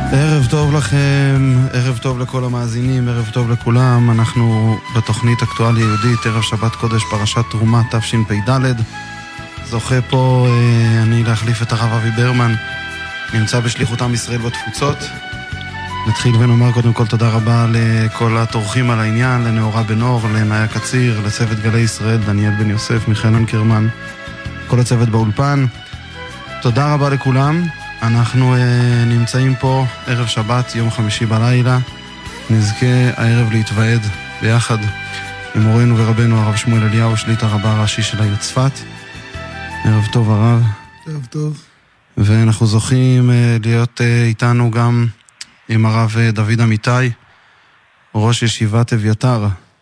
ערב טוב לכם, ערב טוב לכל המאזינים, ערב טוב לכולם. אנחנו בתוכנית אקטואליה יהודית, ערב שבת קודש, פרשת תרומה תשפ"ד. זוכה פה אני להחליף את הרב אבי ברמן, נמצא בשליחות עם ישראל בתפוצות. נתחיל ונאמר קודם כל תודה רבה לכל התורכים על העניין, לנאורה בן אור, למאיה קציר, לצוות גלי ישראל, דניאל בן יוסף, מיכאל אנקרמן, כל הצוות באולפן. תודה רבה לכולם. אנחנו נמצאים פה ערב שבת, יום חמישי בלילה. נזכה הערב להתוועד ביחד עם מורנו ורבנו הרב שמואל אליהו, שליט הרבה הראשי של העיר צפת. ערב טוב הרב. ערב טוב. ואנחנו זוכים להיות איתנו גם עם הרב דוד אמיתי, ראש ישיבת אביתר.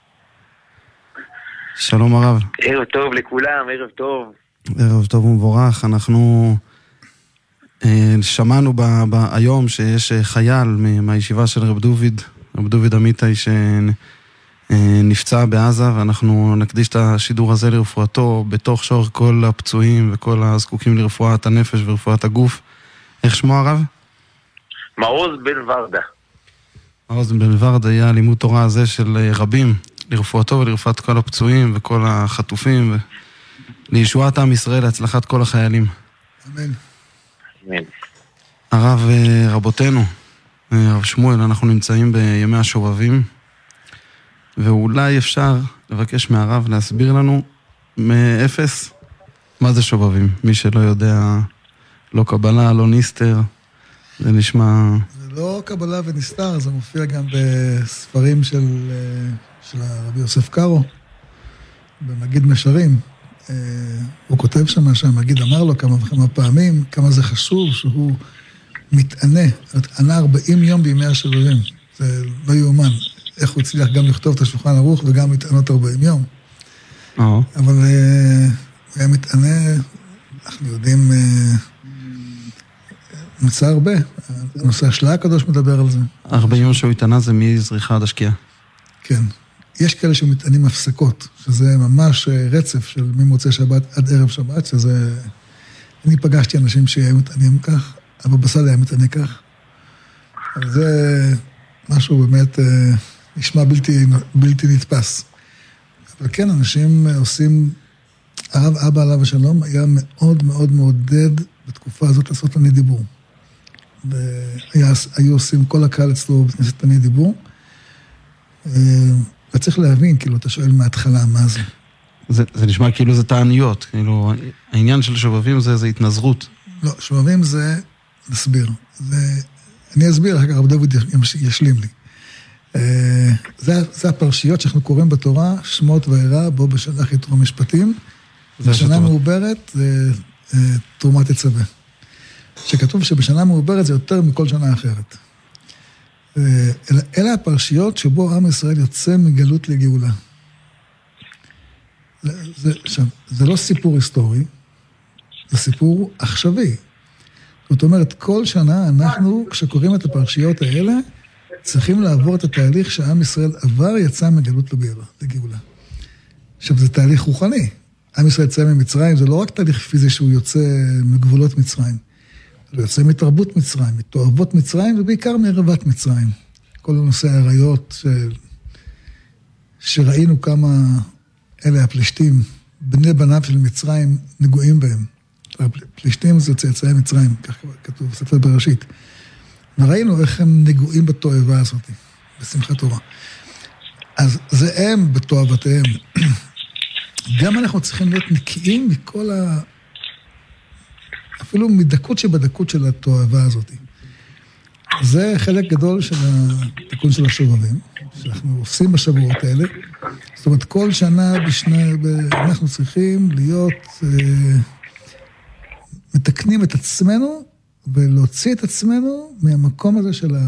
שלום הרב. ערב טוב לכולם, ערב טוב. ערב טוב ומבורך. אנחנו שמענו היום שיש חייל מהישיבה של רב דוד אמיתי שנפצע בעזה, ואנחנו נקדיש את השידור הזה לרפואתו בתוך שור כל הפצועים וכל הזקוקים לרפואת הנפש ורפואת הגוף. איך שמו הרב? מעוז בן ורדה. מעוז בן ורדה היה לימוד תורה הזה של רבים לרפואתו ולרפואת כל הפצועים וכל החטופים לישועת עם ישראל, להצלחת כל החיילים. אמן. הרב, רבותינו, הרב שמואל, אנחנו נמצאים בימי השובבים, ואולי אפשר לבקש מהרב להסביר לנו מאפס מה זה שובבים. מי שלא יודע, לא קבלה, לא ניסטר, זה נשמע... זה לא קבלה וניסטר, זה מופיע גם בספרים של הרבי יוסף קארו, במגיד משרים. הוא כותב שם שהמגיד אמר לו כמה וכמה פעמים, כמה זה חשוב שהוא מתענה, ענה 40 יום בימי השובבים. זה לא יאומן. איך הוא הצליח גם לכתוב את השולחן ערוך וגם מתענות 40 יום. אבל הוא היה מתענה, אנחנו יודעים, מצא הרבה. הנושא השלה הקדוש מדבר על זה. 40 יום שהוא התענה זה מזריחה עד השקיעה. כן. יש כאלה שמתענים הפסקות, שזה ממש רצף של ממוצאי שבת עד ערב שבת, שזה... אני פגשתי אנשים שהיו מתענים כך, אבל בסל היה מתענה כך. אבל זה משהו באמת נשמע בלתי נתפס. אבל כן, אנשים עושים... הרב אבא עליו השלום היה מאוד מאוד מעודד בתקופה הזאת לעשות תענית דיבור. והיו עושים כל הקהל אצלו בכנסת תענית דיבור. וצריך להבין, כאילו, אתה שואל מההתחלה מה זה. זה נשמע כאילו זה תעניות, כאילו, העניין של שובבים זה התנזרות. לא, שובבים זה, נסביר. אני אסביר, אחר כך רב דוד ישלים לי. זה הפרשיות שאנחנו קוראים בתורה, שמות ועירה, בו בשלח יתרו משפטים. בשנה מעוברת, זה תרומת תצווה. שכתוב שבשנה מעוברת זה יותר מכל שנה אחרת. אלה הפרשיות שבו עם ישראל יוצא מגלות לגאולה. זה לא סיפור היסטורי, זה סיפור עכשווי. זאת אומרת, כל שנה אנחנו, כשקוראים את הפרשיות האלה, צריכים לעבור את התהליך שעם ישראל עבר, יצא מגלות לגאולה. עכשיו, זה תהליך רוחני. עם ישראל יצא ממצרים, זה לא רק תהליך פיזי שהוא יוצא מגבולות מצרים. הוא יוצא מתרבות מצרים, מתועבות מצרים, ובעיקר מערבת מצרים. כל הנושא העריות שראינו כמה אלה הפלישתים, בני בניו של מצרים, נגועים בהם. הפלישתים זה צאצאי מצרים, כך כתוב בספר בראשית. וראינו איך הם נגועים בתועבה הזאת, בשמחת תורה. אז זה הם בתועבתיהם. גם אנחנו צריכים להיות נקיים מכל אפילו מדקות שבדקות של התועבה הזאת. זה חלק גדול של התיקון של השובבים, שאנחנו עושים בשבועות האלה. זאת אומרת, כל שנה אנחנו צריכים להיות מתקנים את עצמנו, ולהוציא את עצמנו מהמקום הזה של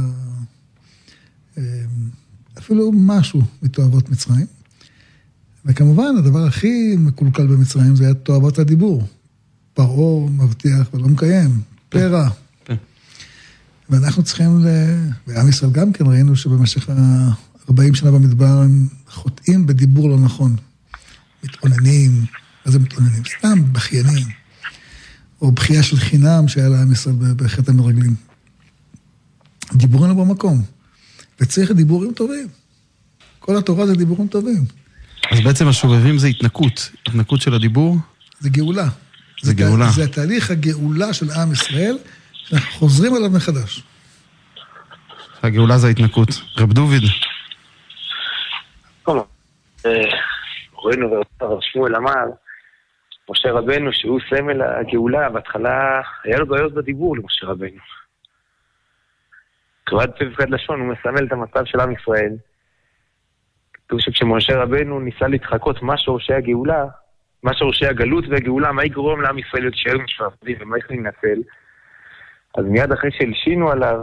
אפילו משהו מתועבות מצרים. וכמובן, הדבר הכי מקולקל במצרים זה היה תועבות הדיבור. פרעה מבטיח ולא מקיים, פרע. ואנחנו צריכים, בעם ישראל גם כן ראינו שבמשך 40 שנה במדבר הם חוטאים בדיבור לא נכון. מתעוננים, מה זה מתעוננים? סתם בחיינים. או בחייה של חינם שהיה לעם ישראל בחטא המרגלים. דיבורים לא במקום. וצריך דיבורים טובים. כל התורה זה דיבורים טובים. אז בעצם השובבים זה התנקות. התנקות של הדיבור? זה גאולה. זה גאולה. זה תהליך הגאולה של עם ישראל, שאנחנו חוזרים עליו מחדש. הגאולה זה ההתנקות. רב דוד. מורנו ורב שמואל אמר, משה רבנו שהוא סמל הגאולה, בהתחלה היה לו בעיות בדיבור למשה רבנו. כבד פה וכבד לשון, הוא מסמל את המצב של עם ישראל. כתוב שכשמשה רבנו ניסה להתחקות מה שורשי הגאולה, מה שורשי הגלות והגאולה, מה יגרום לעם ישראל להיות שירים משפטים ומה איך להינצל, אז מיד אחרי שהלשינו עליו,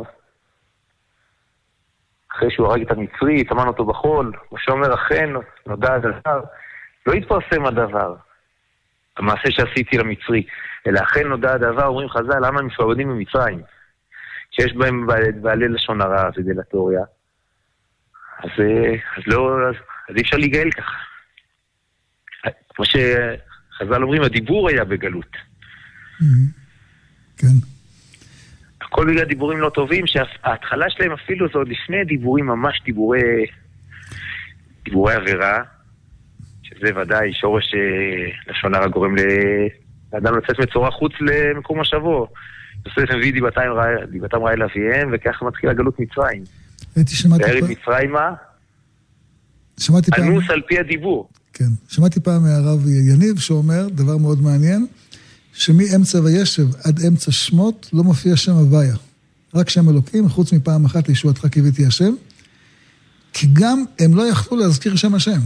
אחרי שהוא הרג את המצרי, טמן אותו בחול, משה אומר, אכן נודע הדבר, לא התפרסם הדבר, המעשה שעשיתי למצרי, אלא אכן נודע הדבר, אומרים חז"ל, למה הם מסועדים במצרים? שיש בהם בעלי לשון הרע ודלטוריה, אז אי אפשר להיגאל ככה. כמו שחז"ל אומרים, הדיבור היה בגלות. כן. הכל בגלל דיבורים לא טובים, שההתחלה שלהם אפילו זה עוד לפני דיבורים, ממש דיבורי עבירה, שזה ודאי שורש לשון הרע גורם לאדם לצאת מצורע חוץ למקום מושבו. יוסף מביא דיבתם רעה אל אביהם, וככה מתחילה גלות מצרים. וירד מצרימה, אנוס על פי הדיבור. כן, שמעתי פעם מהרב יניב שאומר, דבר מאוד מעניין, שמאמצע וישב עד אמצע שמות לא מופיע שם הוויה. רק שם אלוקים, חוץ מפעם אחת לישועתך קיוויתי השם, כי גם הם לא יכלו להזכיר שם השם.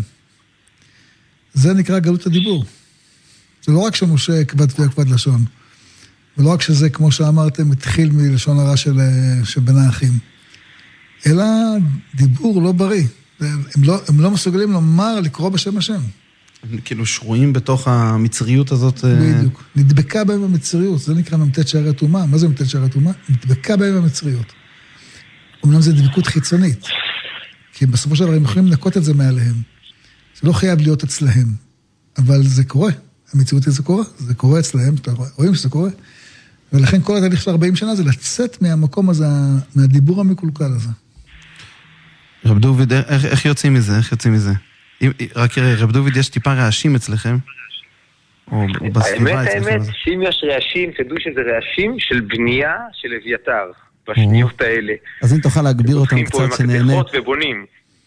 זה נקרא גלות הדיבור. זה לא רק שמשה כבד לשון, ולא רק שזה, כמו שאמרתם, התחיל מלשון הרע של בין האחים, אלא דיבור לא בריא. הם לא מסוגלים לומר, לקרוא בשם השם. הם כאילו שרויים בתוך המצריות הזאת. בדיוק. נדבקה בהם המצריות. זה נקרא ממתת שערי התאומה. מה זה ממתת שערי התאומה? נדבקה בהם המצריות. אמנם זה דבקות חיצונית. כי בסופו של דבר הם יכולים לנקות את זה מעליהם. זה לא חייב להיות אצלהם. אבל זה קורה. המציאות זה קורה. זה קורה אצלהם. רואים שזה קורה. ולכן כל התהליך של 40 שנה זה לצאת מהמקום הזה, מהדיבור המקולקל הזה. רב דוד, איך יוצאים מזה? איך יוצאים מזה? רק רב דוד, יש טיפה רעשים אצלכם? או בסביבה אצלכם? האמת, שאם יש רעשים, תדעו שזה רעשים של בנייה של אביתר, בשניות האלה. אז אם תוכל להגביר אותם קצת שנהנה. עם הקדחות ובונים.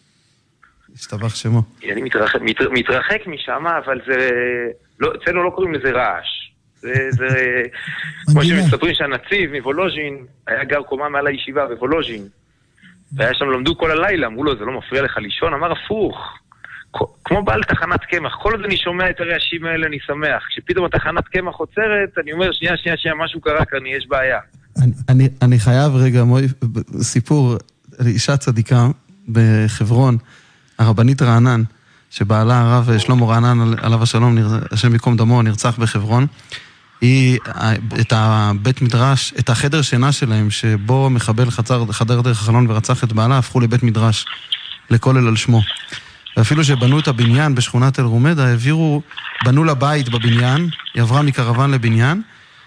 השתבח שמו. אני מתרחק משם, אבל אצלנו לא קוראים לזה רעש. זה כמו שמספרים שהנציב מוולוז'ין היה גר קומה מעל הישיבה בוולוז'ין. והיה שם למדו כל הלילה, אמרו לו, זה לא מפריע לך לישון? אמר הפוך, כמו בעל תחנת קמח, כל עוד אני שומע את הרעשים האלה אני שמח, כשפתאום התחנת קמח עוצרת, אני אומר, שנייה, משהו קרה כאן, יש בעיה. אני חייב רגע, סיפור, אישה צדיקה בחברון, הרבנית רענן, שבעלה הרב שלמה רענן, עליו השלום, השם יקום דמו, נרצח בחברון, היא, את הבית מדרש, את החדר שינה שלהם, שבו מחבל חדר דרך החלון ורצח את בעלה, הפכו לבית מדרש, לכולל על שמו. ואפילו שבנו את הבניין בשכונת אל רומדה, בנו לה בית בבניין, היא עברה מקרוון לבניין,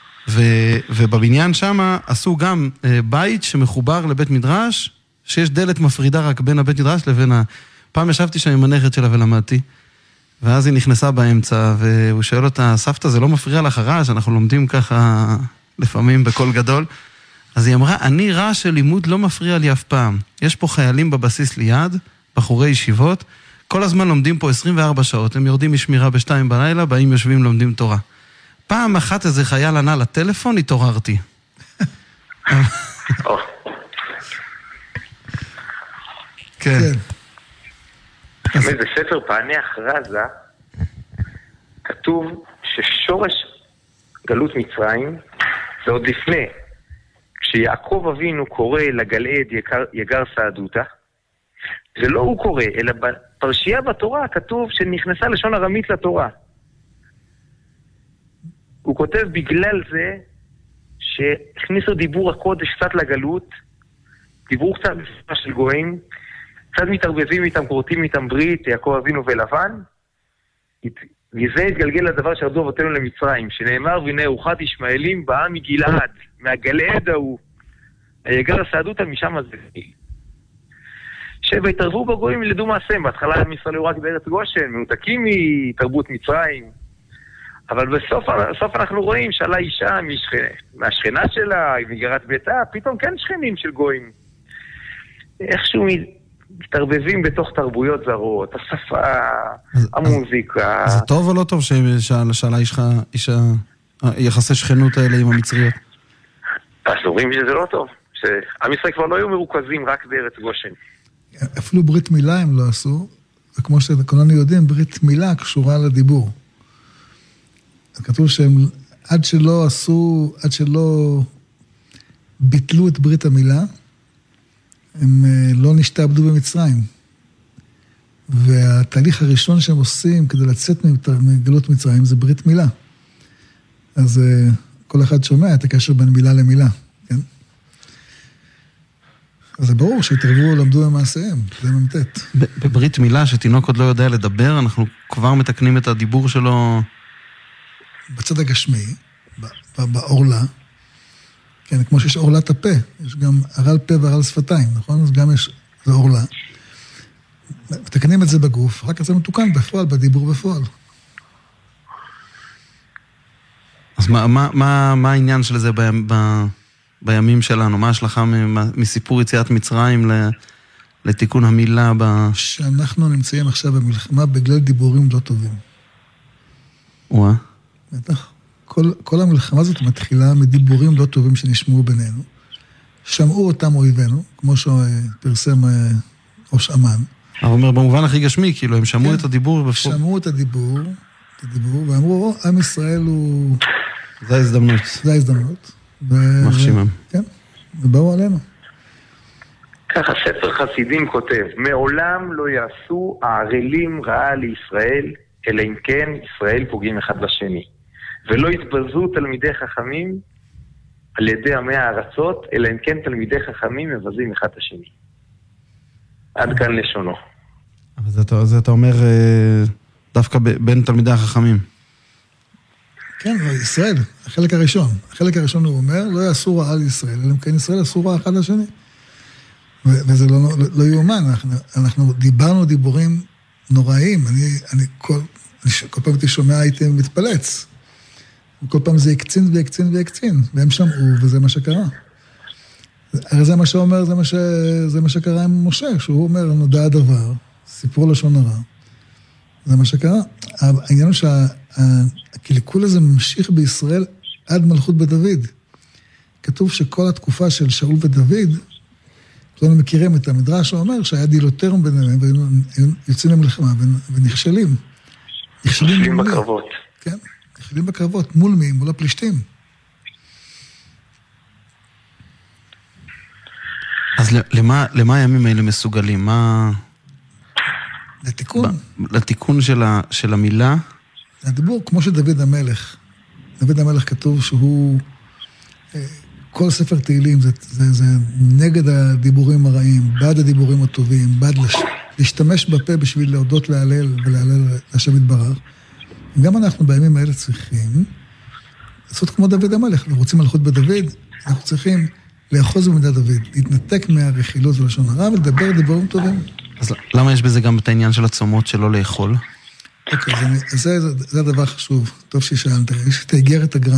ובבניין שם עשו גם בית שמחובר לבית מדרש, שיש דלת מפרידה רק בין הבית מדרש לבין פעם ישבתי שם עם הנכד שלה ולמדתי, ואז היא נכנסה באמצע, והוא שואל אותה, סבתא, זה לא מפריע לך רעש, אנחנו לומדים ככה לפעמים בקול גדול. אז היא אמרה, אני רעש של לימוד לא מפריע לי אף פעם. יש פה חיילים בבסיס ליד, בחורי ישיבות, כל הזמן לומדים פה 24 שעות, הם יורדים משמירה ב2 בלילה, באים יושבים לומדים תורה. פעם אחת איזה חייל ענה לטלפון, התעוררתי. כן. בספר פעני אחרזה כתוב ששורש גלות מצרים זה עוד לפני, כשיעקב אבינו קורא לגלעד יגר סעדותה, זה לא הוא קורא, אלא בפרשייה בתורה כתוב שנכנסה לשון ארמית לתורה. הוא כותב בגלל זה שהכניסו דיבור הקודש קצת לגלות, דיבור קצת בשפה של גויים, קצת מתערבבים איתם, קוראים איתם ברית, יעקב אבינו ולבן, וזה התגלגל לדבר שירדו אבותינו למצרים, שנאמר, והנה ארוחת ישמעאלים באה מגלעד, מהגלעד ההוא. היגר הסעדותא משם זה. שבע התערבו בגויים לדו מעשיהם, בהתחלה עם ישראל היו רק בארץ גושן, מנותקים מתרבות מצרים, אבל בסוף אנחנו רואים שעלה אישה מהשכנה שלה, מגרת ביתה, פתאום כן שכנים של גויים. איכשהו מתערבבים בתוך תרבויות זרות, השפה, המוזיקה. זה טוב או לא טוב שעלה אישה יחסי שכנות האלה עם המצריות? אז אומרים שזה לא טוב, שעם ישראל כבר לא היו מרוכזים רק בארץ גושן. אפילו ברית מילה הם לא עשו, וכמו שכולנו יודעים, ברית מילה קשורה לדיבור. כתוב שהם עד שלא ביטלו את ברית המילה, הם לא נשתעבדו במצרים. והתהליך הראשון שהם עושים כדי לצאת מגלות מצרים זה ברית מילה. אז כל אחד שומע את הקשר בין מילה למילה, כן? אז זה ברור שהתערבו, למדו במעשיהם, זה ממתת. בברית מילה שתינוק עוד לא יודע לדבר, אנחנו כבר מתקנים את הדיבור שלו. בצד הגשמי, בעורלה, כן, כמו שיש עורלת הפה, יש גם ערל פה וערל שפתיים, נכון? אז גם יש, זה עורלה. מתקנים את זה בגוף, רק זה מתוקן בפועל, בדיבור בפועל. אז מה העניין של זה בימים שלנו? מה ההשלכה מסיפור יציאת מצרים לתיקון המילה שאנחנו נמצאים עכשיו במלחמה בגלל דיבורים לא טובים. וואה. בטח. כל המלחמה הזאת מתחילה מדיבורים לא טובים שנשמעו בינינו. שמעו אותם אויבינו, כמו שפרסם ראש אמן. אבל אומר, במובן הכי גשמי, כאילו, הם שמעו את הדיבור. שמעו את הדיבור, ואמרו, עם ישראל הוא... זה ההזדמנות. זה ההזדמנות. מחשימם. כן, ובאו עלינו. ככה ספר חסידים כותב, מעולם לא יעשו הערלים רעה לישראל, אלא אם כן ישראל פוגעים אחד בשני. ולא יתבזו תלמידי חכמים על ידי עמי הארצות, אלא אם כן תלמידי חכמים מבזים אחד את השני. עד כאן לשונו. אבל זה אתה אומר דווקא בין תלמידי החכמים. כן, ישראל, החלק הראשון. החלק הראשון הוא אומר, לא יעשו רעה לישראל, אלא אם כן ישראל עשו רעה אחד לשני. וזה לא יאומן, אנחנו דיברנו דיבורים נוראים, אני כל פעם הייתי שומע, הייתי מתפלץ. וכל פעם זה יקצין ויקצין ויקצין, והם שמעו, וזה מה שקרה. הרי זה מה שאומר, זה מה שקרה עם משה, שהוא אומר, נודע הדבר, סיפור לשון הרע. זה מה שקרה. העניין הוא שהקלקול הזה ממשיך בישראל עד מלכות בדוד. כתוב שכל התקופה של שאול ודוד, כולנו מכירים את המדרש שאומר שהיה דילותרם ביניהם, ויוצאים למלחמה ונכשלים. נכשלים בקרבות. כן, נכשלים בקרבות. מול מי? מול הפלישתים. אז למה הימים האלה מסוגלים? מה... לתיקון. לתיקון של המילה? הדיבור, כמו שדוד המלך. דוד המלך כתוב שהוא... כל ספר תהילים זה נגד הדיבורים הרעים, בעד הדיבורים הטובים, בעד להשתמש בפה בשביל להודות להלל ולהלל להשם יתברך. גם אנחנו בימים האלה צריכים לעשות כמו דוד המלך. אנחנו רוצים מלכות בדוד, אנחנו צריכים לאחוז במידת דוד, להתנתק מהרכילות ולשון הרע ולדבר דיבורים טובים. אז למה יש בזה גם את העניין של הצומות שלא לאכול? אוקיי, זה הדבר החשוב. טוב ששאלת. יש את האיגרת הגר"א,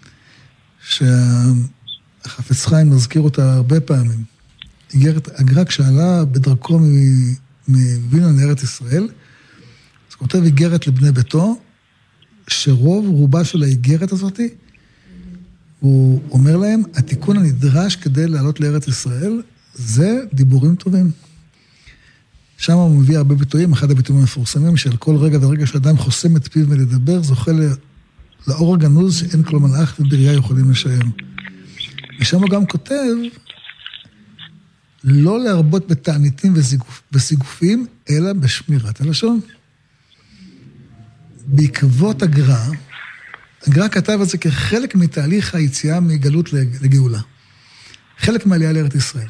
שהחפץ חיים מזכיר אותה הרבה פעמים. איגרת הגר"א כשעלה בדרכו מווילנה לארץ ישראל, אז כותב איגרת לבני ביתו, שרוב רובה של האיגרת הזאת, הוא אומר להם, התיקון הנדרש כדי לעלות לארץ ישראל, זה דיבורים טובים. שם הוא מביא הרבה ביטויים, אחד הביטויים המפורסמים, של כל רגע ורגע שאדם חוסם את פיו מלדבר, זוכה לאור הגנוז שאין כל מלאך ובריאה יכולים לשער. ושם הוא גם כותב, לא להרבות בתעניתים וסיגופים, אלא בשמירת הלשון. בעקבות הגר"א, הגר"א כתב את זה כחלק מתהליך היציאה מגלות לגאולה. חלק מעלייה לארץ ישראל.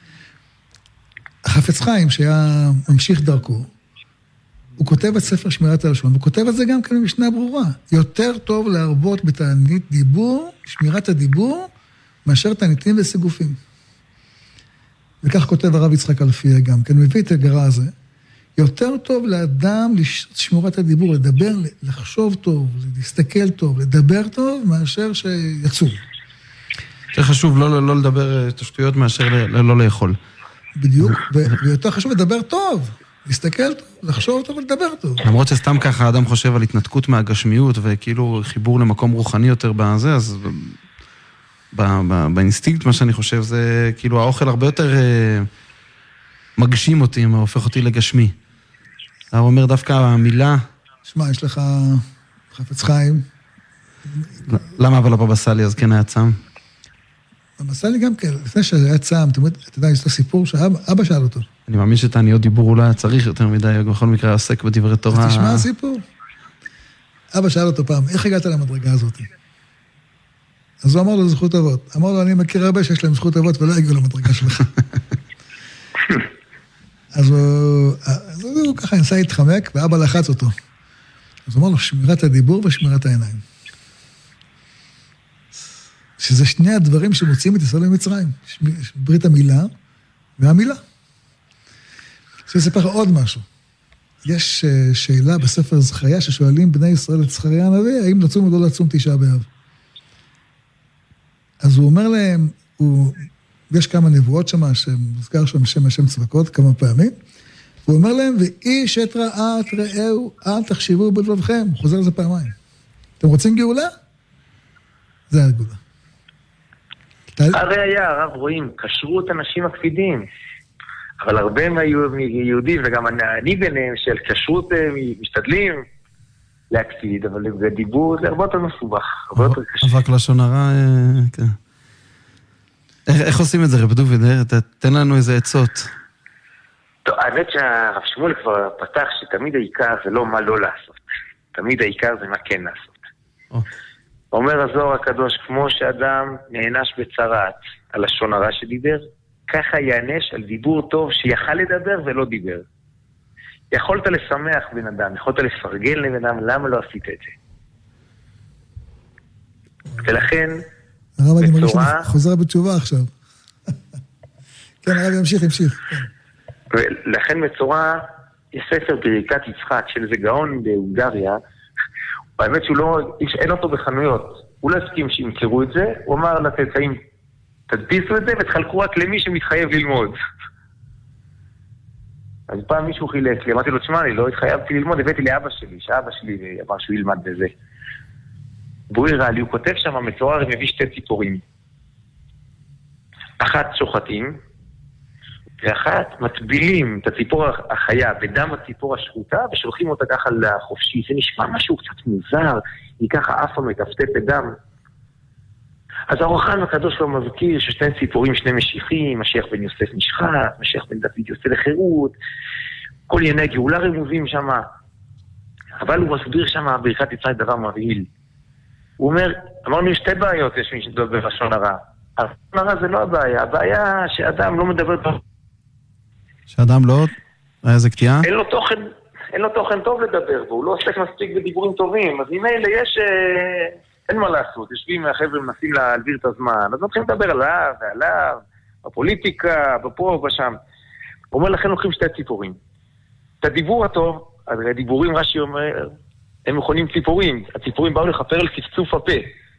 החפץ חיים, שהיה ממשיך דרכו, הוא כותב את ספר שמירת הלשון, והוא כותב את זה גם כאן במשנה ברורה. יותר טוב להרבות בתענית דיבור, שמירת הדיבור, מאשר תעניתים וסיגופים. וכך כותב הרב יצחק אלפיה גם, כן, מביא את הגרה הזה, יותר טוב לאדם לשמורת הדיבור, לדבר, לחשוב טוב, להסתכל טוב, לדבר טוב, מאשר שיצור. יותר חשוב לא לדבר את השטויות מאשר לא לאכול. בדיוק, ויותר חשוב לדבר טוב, להסתכל טוב, לחשוב טוב ולדבר טוב. למרות שסתם ככה האדם חושב על התנתקות מהגשמיות, וכאילו חיבור למקום רוחני יותר בזה, אז באינסטינקט מה שאני חושב זה כאילו האוכל הרבה יותר מגשים אותי, הופך אותי לגשמי. אתה אומר דווקא המילה... שמע, יש לך חפץ חיים. למה אבל הבבא סאלי אז כן היה צם? הבבא סאלי גם כן, לפני שהיה צם, אתה יודע, יש את הסיפור שאבא שאל אותו. אני מאמין שתעניות דיבור אולי היה צריך יותר מדי, בכל מקרה עוסק בדברי תורה. אז תשמע הסיפור. אבא שאל אותו פעם, איך הגעת למדרגה הזאת? אז הוא אמר לו, זכות אבות. אמר לו, אני מכיר הרבה שיש להם זכות אבות ולא הגיעו למדרגה שלך. אז הוא ככה ניסה להתחמק, ואבא לחץ אותו. אז הוא אמר לו, שמירת הדיבור ושמירת העיניים. שזה שני הדברים שמוציאים את ישראל ממצרים. ברית המילה והמילה. שספר עוד משהו. יש שאלה בספר זכריה ששואלים בני ישראל את זכריה הנביא, האם לצום או לא לצום 9 באב. אז הוא אומר להם, יש כמה נבואות שמה, שמזכר שם השם צבקות כמה פעמים, הוא אומר להם, ואיש את רעת ראהו, אל תחשבו בלבבכם. הוא חוזר לזה פעמיים. אתם רוצים גאולה? זה הגאולה. הרי היה, הרב רואים, כשרות אנשים מקפידים. אבל הרבה מיהודים, וגם אני ביניהם, של כשרות משתדלים להקפיד, אבל בדיבור זה הרבה יותר מסובך, הרבה יותר קשה. אבק לשון הרע, כן. איך עושים את זה, רב דובי? תן לנו איזה עצות. טוב, האמת שהרב שמואל כבר פתח שתמיד העיקר זה לא מה לא לעשות. תמיד העיקר זה מה כן לעשות. אומר הזוהר הקדוש, כמו שאדם נענש בצרת על לשון הרע שדיבר, ככה יענש על דיבור טוב שיכל לדבר ולא דיבר. יכולת לשמח בן אדם, יכולת לפרגן לבן אדם, למה לא עשית את זה? ולכן, הרב, אני מרגיש חוזר בתשובה עכשיו. כן, הרב ימשיך. ולכן בצורה, יש ספר ברכת יצחק של איזה גאון בהונגריה, באמת שהוא לא, אין אותו בחנויות, הוא לא הסכים שימכרו את זה, הוא אמר לצאצאים, תדפיסו את זה ותחלקו רק למי שמתחייב ללמוד. אז פעם מישהו חילק לי, אמרתי לו, תשמע, אני לא התחייבתי ללמוד, הבאתי לאבא שלי, שאבא שלי אמר שהוא ילמד בזה. והוא הראה לי, הוא כותב שם, מצורר מביא 2 ציפורים. אחת שוחטים, ואחת מטבילים את הציפור החיה בדם הציפור השחוטה, ושולחים אותה ככה לחופשי. זה נשמע משהו קצת מוזר, היא ככה אף פעם מטפטפת בדם. אז האורחן הקדוש לא מזכיר ש2 ציפורים, 2 משיחים, משיח בן יוסף נשחט, משיח בן דוד יוצא לחירות, כל ענייני גאולה רמוזים שם. אבל הוא מסביר שם ברכת יצחק דבר מבהיל. הוא אומר, אמרנו יש 2 בעיות, יש מי שדבר בלשון הרע. הלשון הרע זה לא הבעיה, הבעיה שאדם לא מדבר... שאדם לא... היה איזה קטיעה? אין לו תוכן טוב לדבר בו, הוא לא עוסק מספיק בדיבורים טובים, אז אם אלה יש... אין מה לעשות, יושבים מהחבר'ה ומנסים להעביר את הזמן, אז מתחילים לדבר עליו ועליו, בפוליטיקה, בפה ובשם. הוא אומר לכן לוקחים 2 ציפורים. את הדיבור הטוב, הרי הדיבורים רש"י אומר, הם מכונים ציפורים, הציפורים באו לכפר על צפצוף הפה.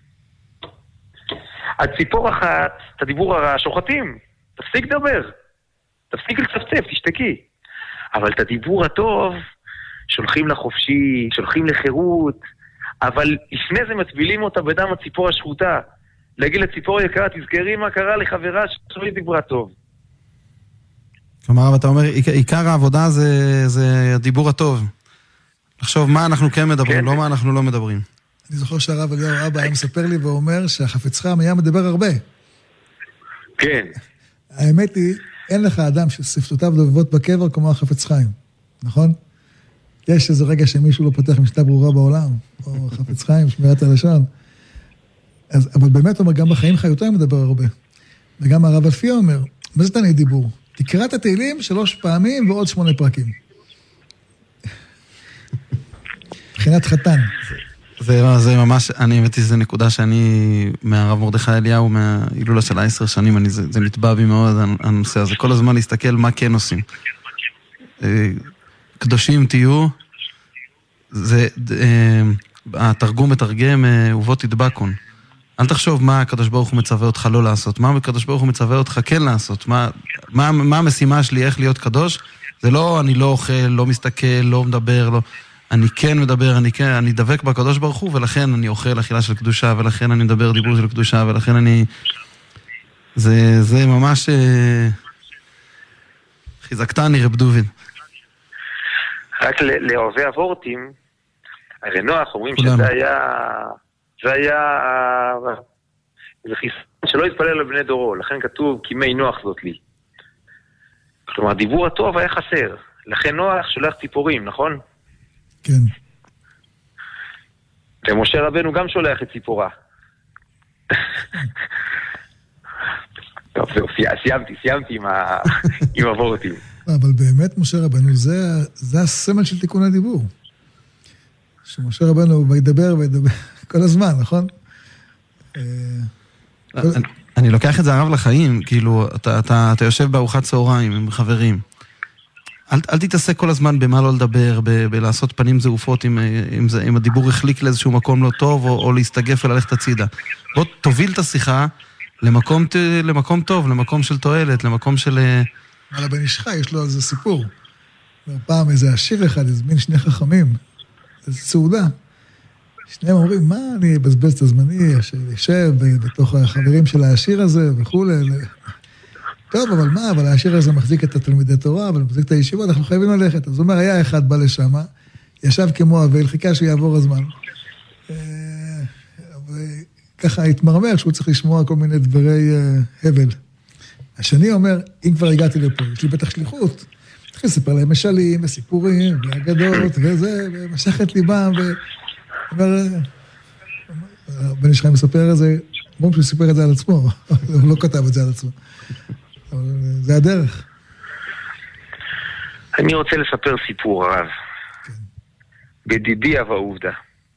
הציפור אחת, את הדיבור הרע, שוחטים, תפסיק לדבר, תפסיק לצפצף, תשתקי. אבל את הדיבור הטוב, שולחים לחופשי, שולחים לחירות, אבל לפני זה מטבילים אותה בדם הציפור השחוטה. להגיד לציפור יקרה, תזכרי מה קרה לחברה שלא דיברה טוב. כלומר, אתה אומר, עיקר העבודה זה הדיבור הטוב. לחשוב מה אנחנו כן מדברים, לא מה אנחנו לא מדברים. אני זוכר שהרב אליהו אבא היה מספר לי ואומר שהחפץ חיים היה מדבר הרבה. כן. האמת היא, אין לך אדם ששפתותיו דובבות בקבר כמו החפץ חיים, נכון? יש איזה רגע שמישהו לא פותח משנה ברורה בעולם, או חפץ חיים, שמירת הלשון. אבל באמת אומר, גם בחיים חיותו מדבר הרבה. וגם הרב אלפיה אומר, מה זה תעני דיבור? תקרא את התהילים 3 פעמים ועוד 8 פרקים. מבחינת חתן. זה ממש, אני האמת שזו נקודה שאני, מהרב מרדכי אליהו, מההילולה של 10 שנים, זה נטבע בי מאוד, הנושא הזה. כל הזמן להסתכל מה כן עושים. קדושים תהיו, זה, התרגום מתרגם, ובוא תדבקון. אל תחשוב מה הקדוש ברוך הוא מצווה אותך לא לעשות, מה הקדוש ברוך הוא מצווה אותך כן לעשות, מה המשימה שלי, איך להיות קדוש, זה לא, אני לא אוכל, לא מסתכל, לא מדבר, לא, אני כן מדבר, אני דבק בקדוש ברוך הוא, ולכן אני אוכל אכילה של קדושה, ולכן אני מדבר דיבור של קדושה, ולכן אני, זה ממש, חיזקתני רב דוד. רק לאוהבי הוורטים, הרי נוח אומרים שזה היה זה חיסון שלא יתפלל לבני דורו, לכן כתוב כימי נוח זאת לי. כלומר, הדיבור הטוב היה חסר, לכן נוח שולח ציפורים, נכון? כן. ומשה רבנו גם שולח את ציפורה. טוב, סיימתי עם הוורטים. אבל באמת משה רבנו, זה הסמל של תיקון הדיבור. שמשה רבנו וידבר כל הזמן, נכון? אני לוקח את זה הרב לחיים, כאילו, אתה יושב בארוחת צהריים עם חברים. אל תתעסק כל הזמן במה לא לדבר, בלעשות פנים זעופות אם הדיבור החליק לאיזשהו מקום לא טוב, או להסתגף וללכת הצידה. בוא תוביל את השיחה למקום טוב, למקום של תועלת, למקום של... על הבן איש חי, יש לו איזה סיפור. פעם איזה עשיר אחד, הזמין 2 חכמים, איזו סעודה. שניהם אומרים, מה אני אבזבז את הזמני, יושב בתוך החברים של העשיר הזה וכו'. טוב, אבל מה? אבל העשיר הזה מחזיק את התלמידי תורה, אבל מחזיק את הישיבות, אנחנו חייבים ללכת. אז הוא אומר, היה אחד בא לשם, ישב כמו אבל, חיכה שיעבור הזמן. וככה התמרמר שהוא צריך לשמוע כל מיני דברי הבל. השני אומר, אם כבר הגעתי לפה, יש לי בטח שליחות. צריך לספר להם משלים וסיפורים ואגדות וזה, ומשך את ליבם, בן איש חי מספר את זה, כמו שהוא סיפר את זה על עצמו, הוא לא כתב את זה על עצמו. אבל זה הדרך. אני רוצה לספר סיפור רב. בדידי אבא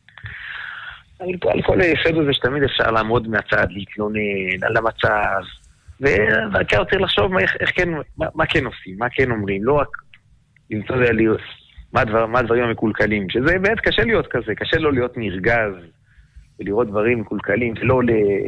על כל היסוד הזה שתמיד אפשר לעמוד מהצד, להתלונן על המצב, ואתה רוצה לחשוב מה כן עושים, מה כן אומרים, לא רק למצוא זה להיות, מה הדברים המקולקלים, שזה באמת קשה להיות כזה, קשה לא להיות נרגז, ולראות דברים מקולקלים, ולא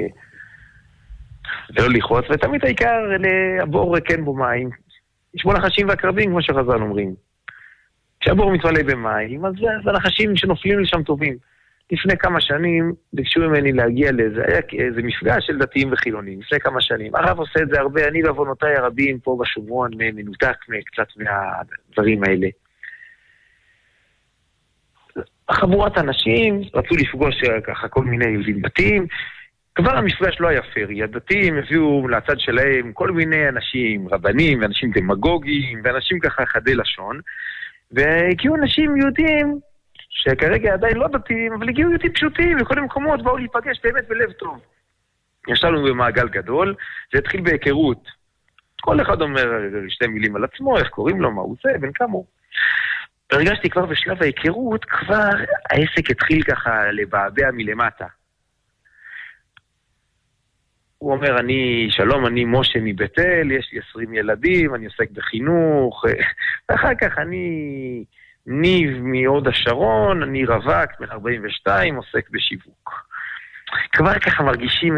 לחוץ, ותמיד העיקר לבור כן בו מים, לשמור לחשים והקרבים, כמו שחז"ל אומרים. כשהבור מתמלא במים, אז זה הנחשים שנופלים לשם טובים. לפני כמה שנים ביקשו ממני להגיע לאיזה מפגש של דתיים וחילונים, לפני כמה שנים. הרב עושה את זה הרבה, אני ועוונותיי הרבים פה בשומרון, מנותק קצת מהדברים האלה. חבורת אנשים רצו לפגוש ככה כל מיני יהודים דתיים, כבר המפגש לא היה פרי, הדתיים הביאו לצד שלהם כל מיני אנשים, רבנים ואנשים דמגוגיים, ואנשים ככה חדי לשון, והגיעו אנשים יהודים, שכרגע עדיין לא דתיים, אבל הגיעו יהודים פשוטים, וכל המקומות באו להיפגש באמת בלב טוב. ישבנו במעגל גדול, זה התחיל בהיכרות. כל אחד אומר 2 מילים על עצמו, איך קוראים לו, מה הוא זה, בן כמה הוא. הרגשתי כבר בשלב ההיכרות, כבר העסק התחיל ככה לבעבע מלמטה. הוא אומר, שלום, אני משה מבית אל, יש לי 20 ילדים, אני עוסק בחינוך, ואחר כך אני ניב מהוד השרון, אני רווק, בן 42, עוסק בשיווק. כבר ככה מרגישים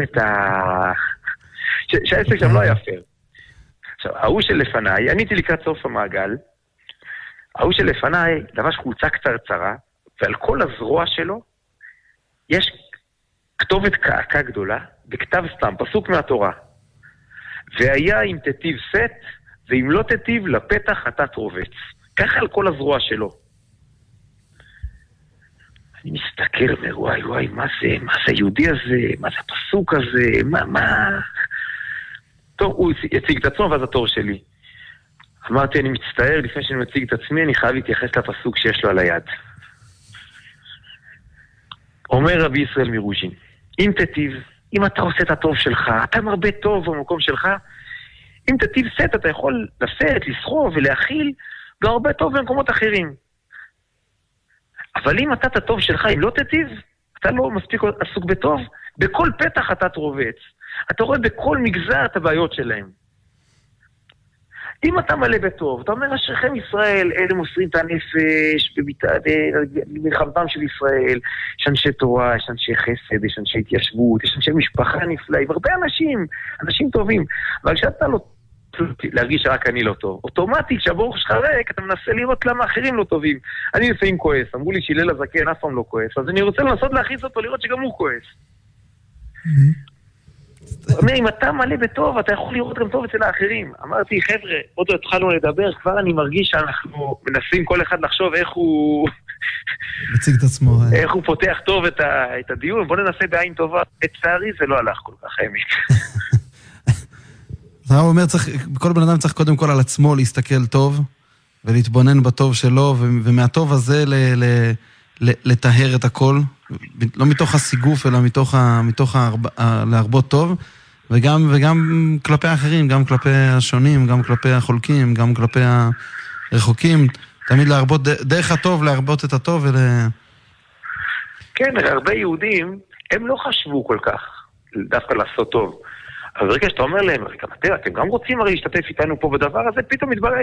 שהעסק שם לא היה פייר. עכשיו, ההוא שלפניי, עניתי לקראת סוף המעגל, ההוא שלפניי לבש חולצה קצרצרה, ועל כל הזרוע שלו יש כתובת קעקע גדולה, בכתב סתם, פסוק מהתורה. והיה אם תטיב סט, ואם לא תטיב לפתח חטאת רובץ. ככה על כל הזרוע שלו. אני מסתכל אומר, וואי, מה זה היהודי הזה? מה זה הפסוק הזה? מה? טוב, הוא יציג את עצמו, ואז התור שלי. אמרתי, אני מצטער, לפני שאני מציג את עצמי, אני חייב להתייחס לפסוק שיש לו על היד. אומר רבי ישראל מרוז'ין, אם תטיב, אם אתה עושה את הטוב שלך, אתה מרבה טוב במקום שלך, אם תטיב סט, אתה יכול לשאת, לסחוב ולהכיל גם הרבה טוב במקומות אחרים. אבל אם אתה את הטוב שלך, אם לא תטיב, אתה לא מספיק עסוק בטוב, בכל פתח אתה תרובץ. אתה רואה בכל מגזר את הבעיות שלהם. אם אתה מלא בטוב, אתה אומר, אשריכם ישראל, אלה מוסרים את הנפש במלחמתם של ישראל, יש אנשי תורה, יש אנשי חסד, יש אנשי התיישבות, יש אנשי משפחה נפלאים, הרבה אנשים טובים, אבל כשאתה לא להרגיש שרק אני לא טוב, אוטומטית כשהברוך שלך ריק, אתה מנסה לראות למה אחרים לא טובים. אני לפעמים כועס, אמרו לי שהלל הזקן אף פעם לא כועס, אז אני רוצה לנסות להכניס אותו, לראות שגם הוא כועס. אם אתה מלא בטוב, אתה יכול לראות גם טוב אצל האחרים. אמרתי, חבר'ה, עוד לא התחלנו לדבר, כבר אני מרגיש שאנחנו מנסים כל אחד לחשוב איך הוא מציג את עצמו. איך הוא פותח טוב את הדיון. בוא ננסה בעין טובה. לצערי זה לא הלך כל כך, האמת. אתה אומר, כל בן אדם צריך קודם כל על עצמו להסתכל טוב, ולהתבונן בטוב שלו, ומהטוב הזה לטהר את הכל, לא מתוך הסיגוף, אלא מתוך להרבות טוב, וגם כלפי האחרים, גם כלפי השונים, גם כלפי החולקים, גם כלפי הרחוקים, תמיד להרבות, דרך הטוב, להרבות את הטוב כן, הרבה יהודים, הם לא חשבו כל כך דווקא לעשות טוב. אז רגע שאתה אומר להם, אתם גם רוצים הרי להשתתף איתנו פה בדבר הזה, פתאום מתברר,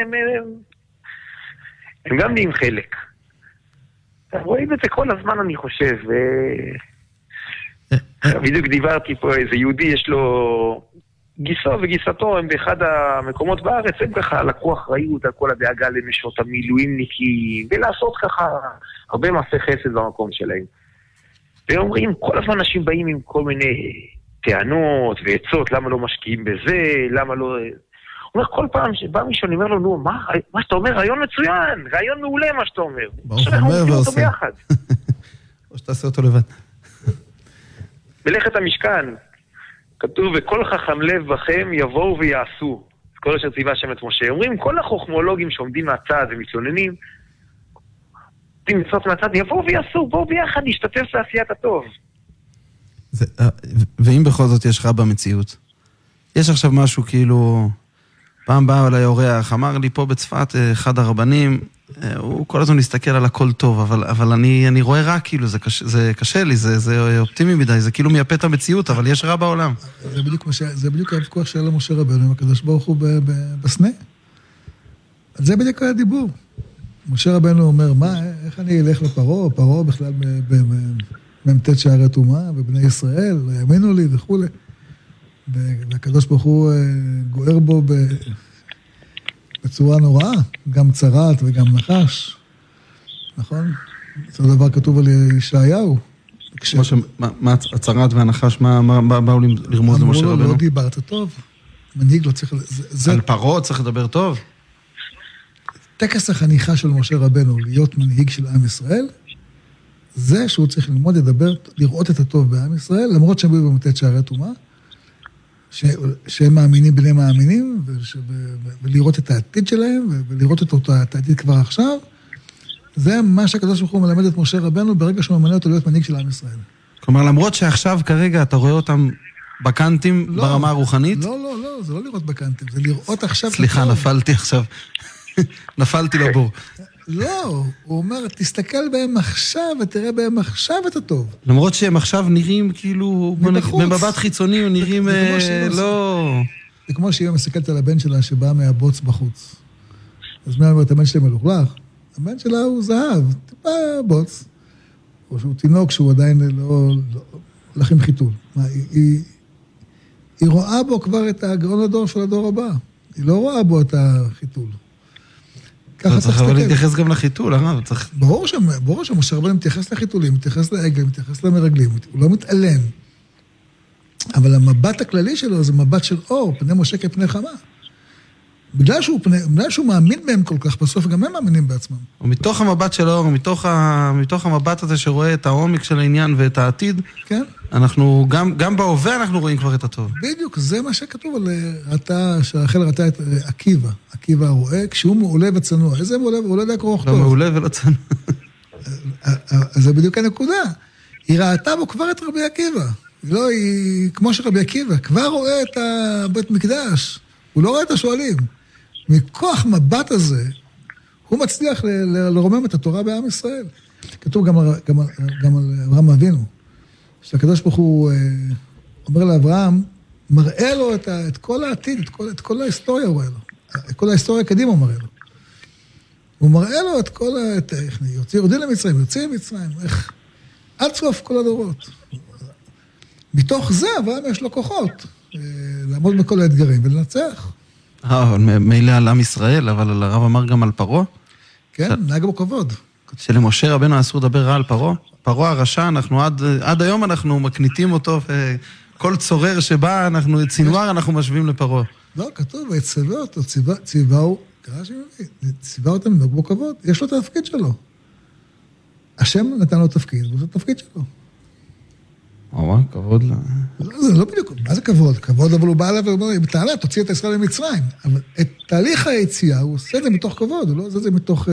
הם גם נהיים חלק. רואים את זה כל הזמן, אני חושב. בדיוק דיברתי פה, איזה יהודי יש לו גיסו וגיסתו, הם באחד המקומות בארץ, הם ככה לקחו אחריות על כל הדאגה לנשות המילואימניקים, ולעשות ככה הרבה מעשי חסד במקום שלהם. ואומרים, כל הזמן אנשים באים עם כל מיני טענות ועצות, למה לא משקיעים בזה, למה לא... הוא אומר, כל פעם שבא מישהו, אני אומר לו, נו, מה שאתה אומר, רעיון מצוין, רעיון מעולה מה שאתה אומר. ברוך אומר ועושה. או שתעשה אותו לבד. מלאכת המשכן, כתוב, וכל חכם לב בכם יבואו ויעשו. כל אשר ציווה השם את משה. אומרים, כל החוכמולוגים שעומדים מהצד ומתלוננים, מצוות מהצד, יבואו ויעשו, בואו ביחד להשתתף בעשיית הטוב. ואם בכל זאת יש לך במציאות, יש עכשיו משהו כאילו, פעם בא אליי אורח, אמר לי פה בצפת, אחד הרבנים, הוא כל הזמן להסתכל על הכל טוב, אבל אני רואה רע כאילו, זה קשה לי, זה אופטימי מדי, זה כאילו מייפה את המציאות, אבל יש רע בעולם. זה בדיוק הוויכוח שהיה למשה רבנו, עם הקדוש ברוך הוא בסנה. זה בדיוק הדיבור. משה רבנו אומר, איך אני אלך לפרעה? פרעה בכלל ממתת שערי טומאה, ובני ישראל, לא יאמינו לי וכו'. והקדוש ברוך הוא גוער בו בצורה נוראה, גם צרת וגם נחש, נכון? זה דבר כתוב על ישעיהו. מה הצרת והנחש, מה באו לרמוז למשה רבנו? אמרו לו, לא דיברת טוב, מנהיג לא צריך... על פרעה צריך לדבר טוב? טקס החניכה של משה רבנו, להיות מנהיג של עם ישראל, זה שהוא צריך ללמוד, לדבר, לראות את הטוב בעם ישראל, למרות שהם היו במתת שערי טומאה, שהם מאמינים בני מאמינים, ולראות את העתיד שלהם, ולראות את העתיד כבר עכשיו, זה מה שהקדוש ברוך הוא מלמד את משה רבנו, ברגע שהוא ממנה אותו להיות מנהיג של עם ישראל. כלומר, למרות שעכשיו כרגע אתה רואה אותם בקנטים ברמה הרוחנית? לא, זה לא לראות בקנטים, זה לראות עכשיו... סליחה, נפלתי עכשיו. נפלתי לבור. לא, הוא אומר, תסתכל בהם עכשיו, ותראה בהם עכשיו את הטוב. למרות שהם עכשיו נראים כאילו, במבט חיצוני, הם נראים לא... זה כמו שהיא מסתכלת על הבן שלה שבא מהבוץ בחוץ. אז מה אומרת, הבן שלה מלוכלך? הבן שלה הוא זהב, טיפה בוץ. או שהוא תינוק שהוא עדיין לא הולך עם חיתול. היא רואה בו כבר את הגאון הדור של הדור הבא. היא לא רואה בו את החיתול. צריך אבל להתייחס גם לחיתול, הרב. ברור שמשה רבנו מתייחס לחיתולים, מתייחס לעגלים, מתייחס למרגלים, הוא לא מתעלם. אבל המבט הכללי שלו זה מבט של אור, פני משה כפני חמה. בגלל שהוא מאמין בהם כל כך, בסוף גם הם מאמינים בעצמם. ומתוך המבט של האור, מתוך המבט הזה שרואה את העומק של העניין ואת העתיד, כן. אנחנו, גם בהווה אנחנו רואים כבר את הטוב. בדיוק, זה מה שכתוב על שרחל ראתה את עקיבא הרואה, כשהוא מעולה וצנוע. איזה מעולה? הוא לא יודע קרוא טוב. לא מעולה ולא צנוע. זה בדיוק הנקודה. היא ראתה בו כבר את רבי עקיבא. היא כמו שרבי עקיבא, כבר רואה את הבית מקדש. הוא לא רואה את השואלים. מכוח מבט הזה, הוא מצליח לרומם את התורה בעם ישראל. כתוב גם על אברהם אבינו, שהקדוש ברוך הוא אומר לאברהם, מראה לו את כל העתיד, את כל ההיסטוריה הוא מראה לו. את כל ההיסטוריה קדימה הוא מראה לו. הוא מראה לו את כל איך יורדים למצרים, יוצאים למצרים, איך עד סוף כל הדורות. מתוך זה אברהם יש לו כוחות לעמוד בכל האתגרים ולנצח. מילא על עם ישראל, אבל הרב אמר גם על פרעה. כן, נהג בו כבוד. שלמשה רבנו אסור לדבר רע על פרעה. פרעה הרשע, אנחנו עד היום אנחנו מקניטים אותו, וכל צורר שבא, צינואר אנחנו משווים לפרעה. לא, כתוב, ויצווה אותו, ציווהו, קרא שמביא, ציווה אותם לנהוג בו כבוד, יש לו את התפקיד שלו. השם נתן לו תפקיד, וזה התפקיד שלו. כבוד לה. לא, זה לא בדיוק, מה זה כבוד? כבוד, אבל הוא בא אליו ואומר, בתעלה, תוציא את ישראל למצרים. אבל את תהליך היציאה, הוא עושה את זה מתוך כבוד, הוא לא עושה את זה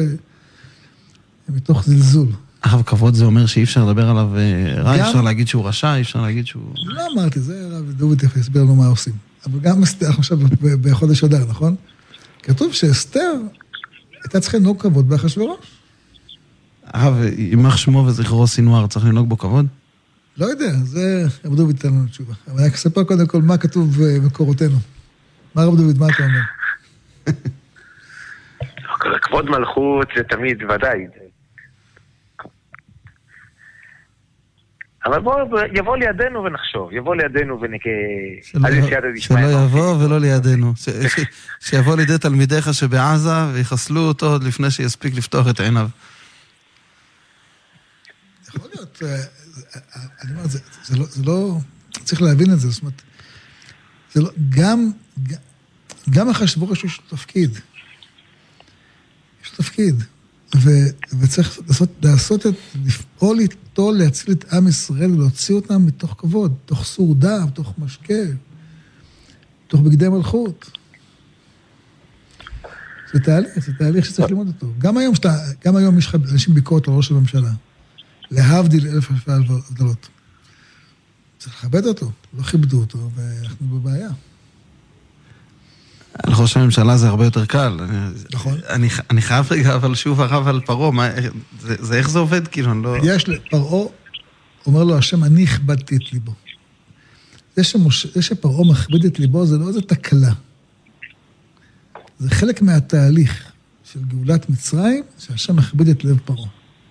מתוך זלזול. כבוד זה אומר שאי אפשר לדבר עליו רע, אי אפשר להגיד שהוא רשע, אי אפשר להגיד שהוא... לא אמרתי, זה הרב דוד יסביר לנו מה עושים. אבל גם אסתר, עכשיו בחודש אדר, נכון? כתוב שאסתר הייתה צריכה לנהוג כבוד באחשוורוש. הרב, יימח שמו וזכרו סינואר, צריך לנהוג בו כבוד? לא יודע, זה רב דוד ייתן לנו תשובה. אבל אני אספר קודם כל מה כתוב במקורותינו. מה רב דוד, מה אתה אומר? כבוד מלכות זה תמיד ודאי. אבל בואו, יבוא לידינו ונחשוב, יבוא לידינו שלא יבוא ולא לידינו. שיבוא לידי תלמידיך שבעזה ויחסלו אותו עוד לפני שיספיק לפתוח את עיניו. יכול להיות, אני אומר, זה לא, צריך להבין את זה, זאת אומרת, זה לא, גם אחשוורוש יש לו תפקיד. יש לו תפקיד. וצריך לעשות לפעול איתו, להציל את עם ישראל ולהוציא אותם מתוך כבוד, מתוך סעודה, מתוך משקה, מתוך בגדי מלכות. זה תהליך שצריך ללמוד אותו. גם היום יש אנשים ביקורת על ראש הממשלה. להבדיל אלף אלפי הבדלות. צריך לכבד אותו, לא כיבדו אותו, ואנחנו בבעיה. על ראש הממשלה זה הרבה יותר קל. נכון. אני חייב רגע, אבל שוב הרב על פרעה, זה איך זה עובד? כאילו, אני לא... יש לפרעה, אומר לו השם, אני הכבדתי את ליבו. זה שפרעה מכבד את ליבו, זה לא איזה תקלה. זה חלק מהתהליך של גאולת מצרים, שהשם מכבד את לב פרעה.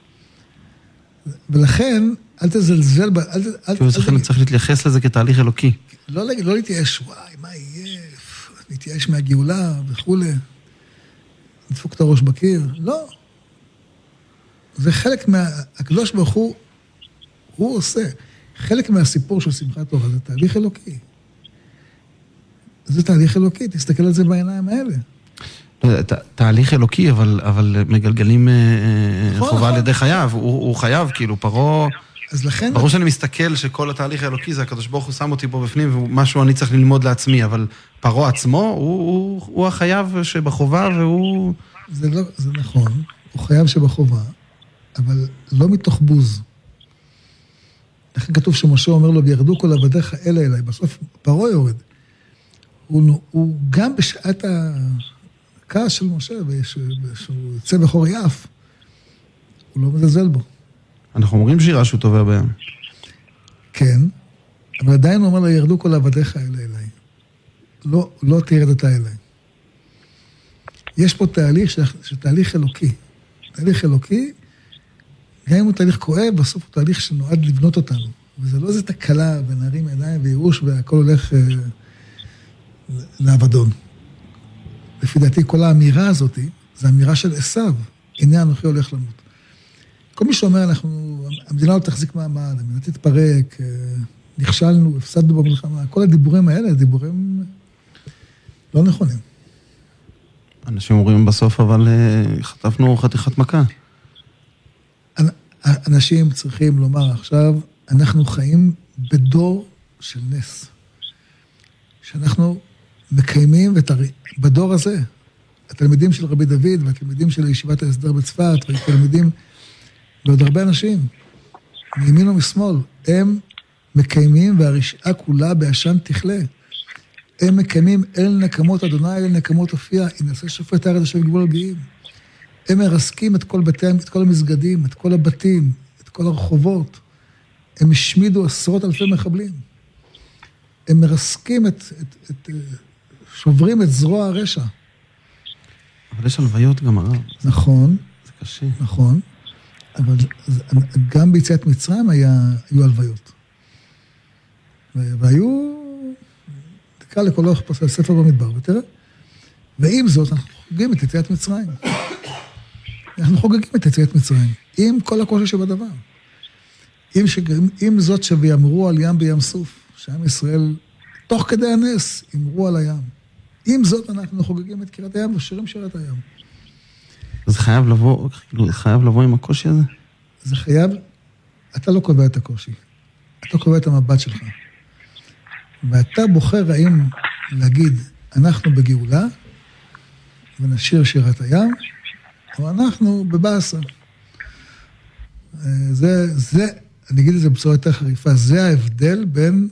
ולכן, אל תזלזל, צריך להתייחס לזה כתהליך אלוקי. לא להתייאש, וואי, מה יהיה? להתייאש מהגאולה וכו'. נדפוק את הראש בקיר. לא. זה חלק הקדוש ברוך הוא עושה. חלק מהסיפור של שמחת תורה, זה תהליך אלוקי. זה תהליך אלוקי, תסתכל על זה בעיניים האלה. תהליך אלוקי, אבל מגלגלים חובה על ידי חייו. הוא חייב, כאילו, פרעה... ברור שאני מסתכל שכל התהליך האלוקי זה הקדוש ברוך הוא שם אותי פה בפנים, ומשהו אני צריך ללמוד לעצמי, אבל פרעה עצמו, הוא החייב שבחובה, והוא... זה נכון, הוא חייב שבחובה, אבל לא מתוך בוז. לכן כתוב שמשה אומר לו, וירדו כל עבדיך אליי, בסוף פרעה יורד. הוא גם בשעת הכעס של משה, שהוא יוצא בחור יף, הוא לא מזלזל בו. אנחנו אומרים שירה שהוא טובע בים. כן, אבל עדיין הוא אומר לו, ירדו כל עבדיך אליי. לא תרד אתה אליי. יש פה תהליך תהליך אלוקי. תהליך אלוקי, גם אם הוא תהליך כואב, בסוף הוא תהליך שנועד לבנות אותנו. וזה לא איזה תקלה ונערים ידיים וייאוש, והכל הולך לאבדון. לפי דעתי, כל האמירה הזאת, זו אמירה של עשיו. הנה אנוכי הולך למות. כל מי שאומר, המדינה לא תחזיק מעמד, המדינה תתפרק, נכשלנו, הפסדנו במלחמה, כל הדיבורים האלה, דיבורים לא נכונים. אנשים אומרים בסוף, אבל חטפנו חתיכת מכה. אנשים צריכים לומר עכשיו, אנחנו חיים בדור של נס. שאנחנו מקיימים בדור הזה, התלמידים של רבי דוד, והתלמידים של ישיבת ההסדר בצפת, והתלמידים ועוד הרבה אנשים, מימין ומשמאל, הם מקיימים והרשעה כולה בעשן תכלה. הם מקיימים אל נקמות אדוני, אל נקמות הופיע, ינעשה שופט הארץ אשר בגבול הגאים. הם מרסקים את כל בתיהם, את כל המסגדים, את כל הבתים, את כל הרחובות. הם השמידו עשרות אלפי מחבלים. הם מרסקים שוברים את זרוע הרשע. אבל יש הלוויות גם הרב. נכון. זה קשה. נכון. אבל גם ביציאת מצרים היו הלוויות. והיו, תקרא לכל אורך ספר במדבר, ותראה. ועם זאת, אנחנו חוגגים את יציאת מצרים. אנחנו חוגגים את יציאת מצרים, עם כל הקושי שבדבר. עם זאת שיאמרו על ים בים סוף, שעם ישראל, תוך כדי הנס, יאמרו על הים. עם זאת, אנחנו חוגגים את קירת הים ושירים שירת הים. זה חייב לבוא עם הקושי הזה? זה חייב, אתה לא קובע את הקושי, אתה קובע את המבט שלך. ואתה בוחר האם להגיד, אנחנו בגאולה, ונשיר שירת הים, או אנחנו בבאסה. אני אגיד את זה בצורה יותר חריפה, זה ההבדל בין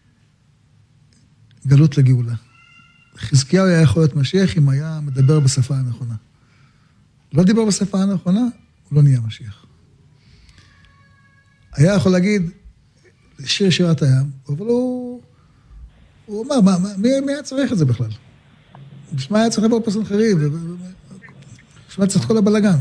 גלות לגאולה. חזקיהו היה יכול להיות משיח אם היה מדבר בשפה הנכונה. לא דיבר בשפה הנכונה, הוא לא נהיה משיח. היה יכול להגיד, שיר שירת הים, אבל הוא אומר, מי היה צריך את זה בכלל? בשביל מה היה צריך לבוא פסנחרי, בשביל צריך כל הבלגן.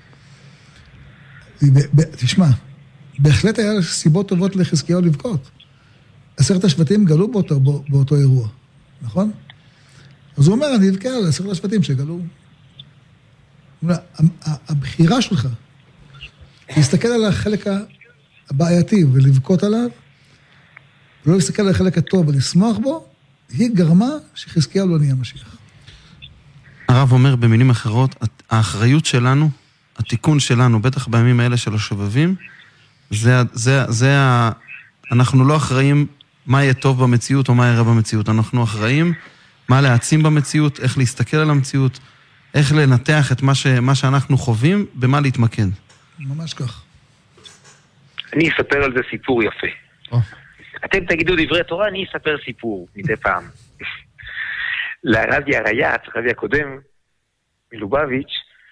תשמע, בהחלט היה סיבות טובות לחזקיהו לבכות. 10 השבטים גלו באותו אירוע, נכון? אז הוא אומר, אני אבכה על 10 השבטים שגלו. הבחירה שלך, להסתכל על החלק הבעייתי ולבכות עליו, ולא להסתכל על החלק הטוב ולשמוח בו, היא גרמה שחזקיהו לא נהיה משיח. הרב אומר במילים אחרות, האחריות שלנו, התיקון שלנו, בטח בימים האלה של השובבים, אנחנו לא אחראים מה יהיה טוב במציאות או מה יראה במציאות, אנחנו אחראים מה להעצים במציאות, איך להסתכל על המציאות, איך לנתח את מה שאנחנו חווים, במה להתמקד. ממש כך. אני אספר על זה סיפור יפה. אתם תגידו דברי תורה, אני אספר סיפור מדי פעם. לרבי הרייץ, הרבי הקודם, מלובביץ',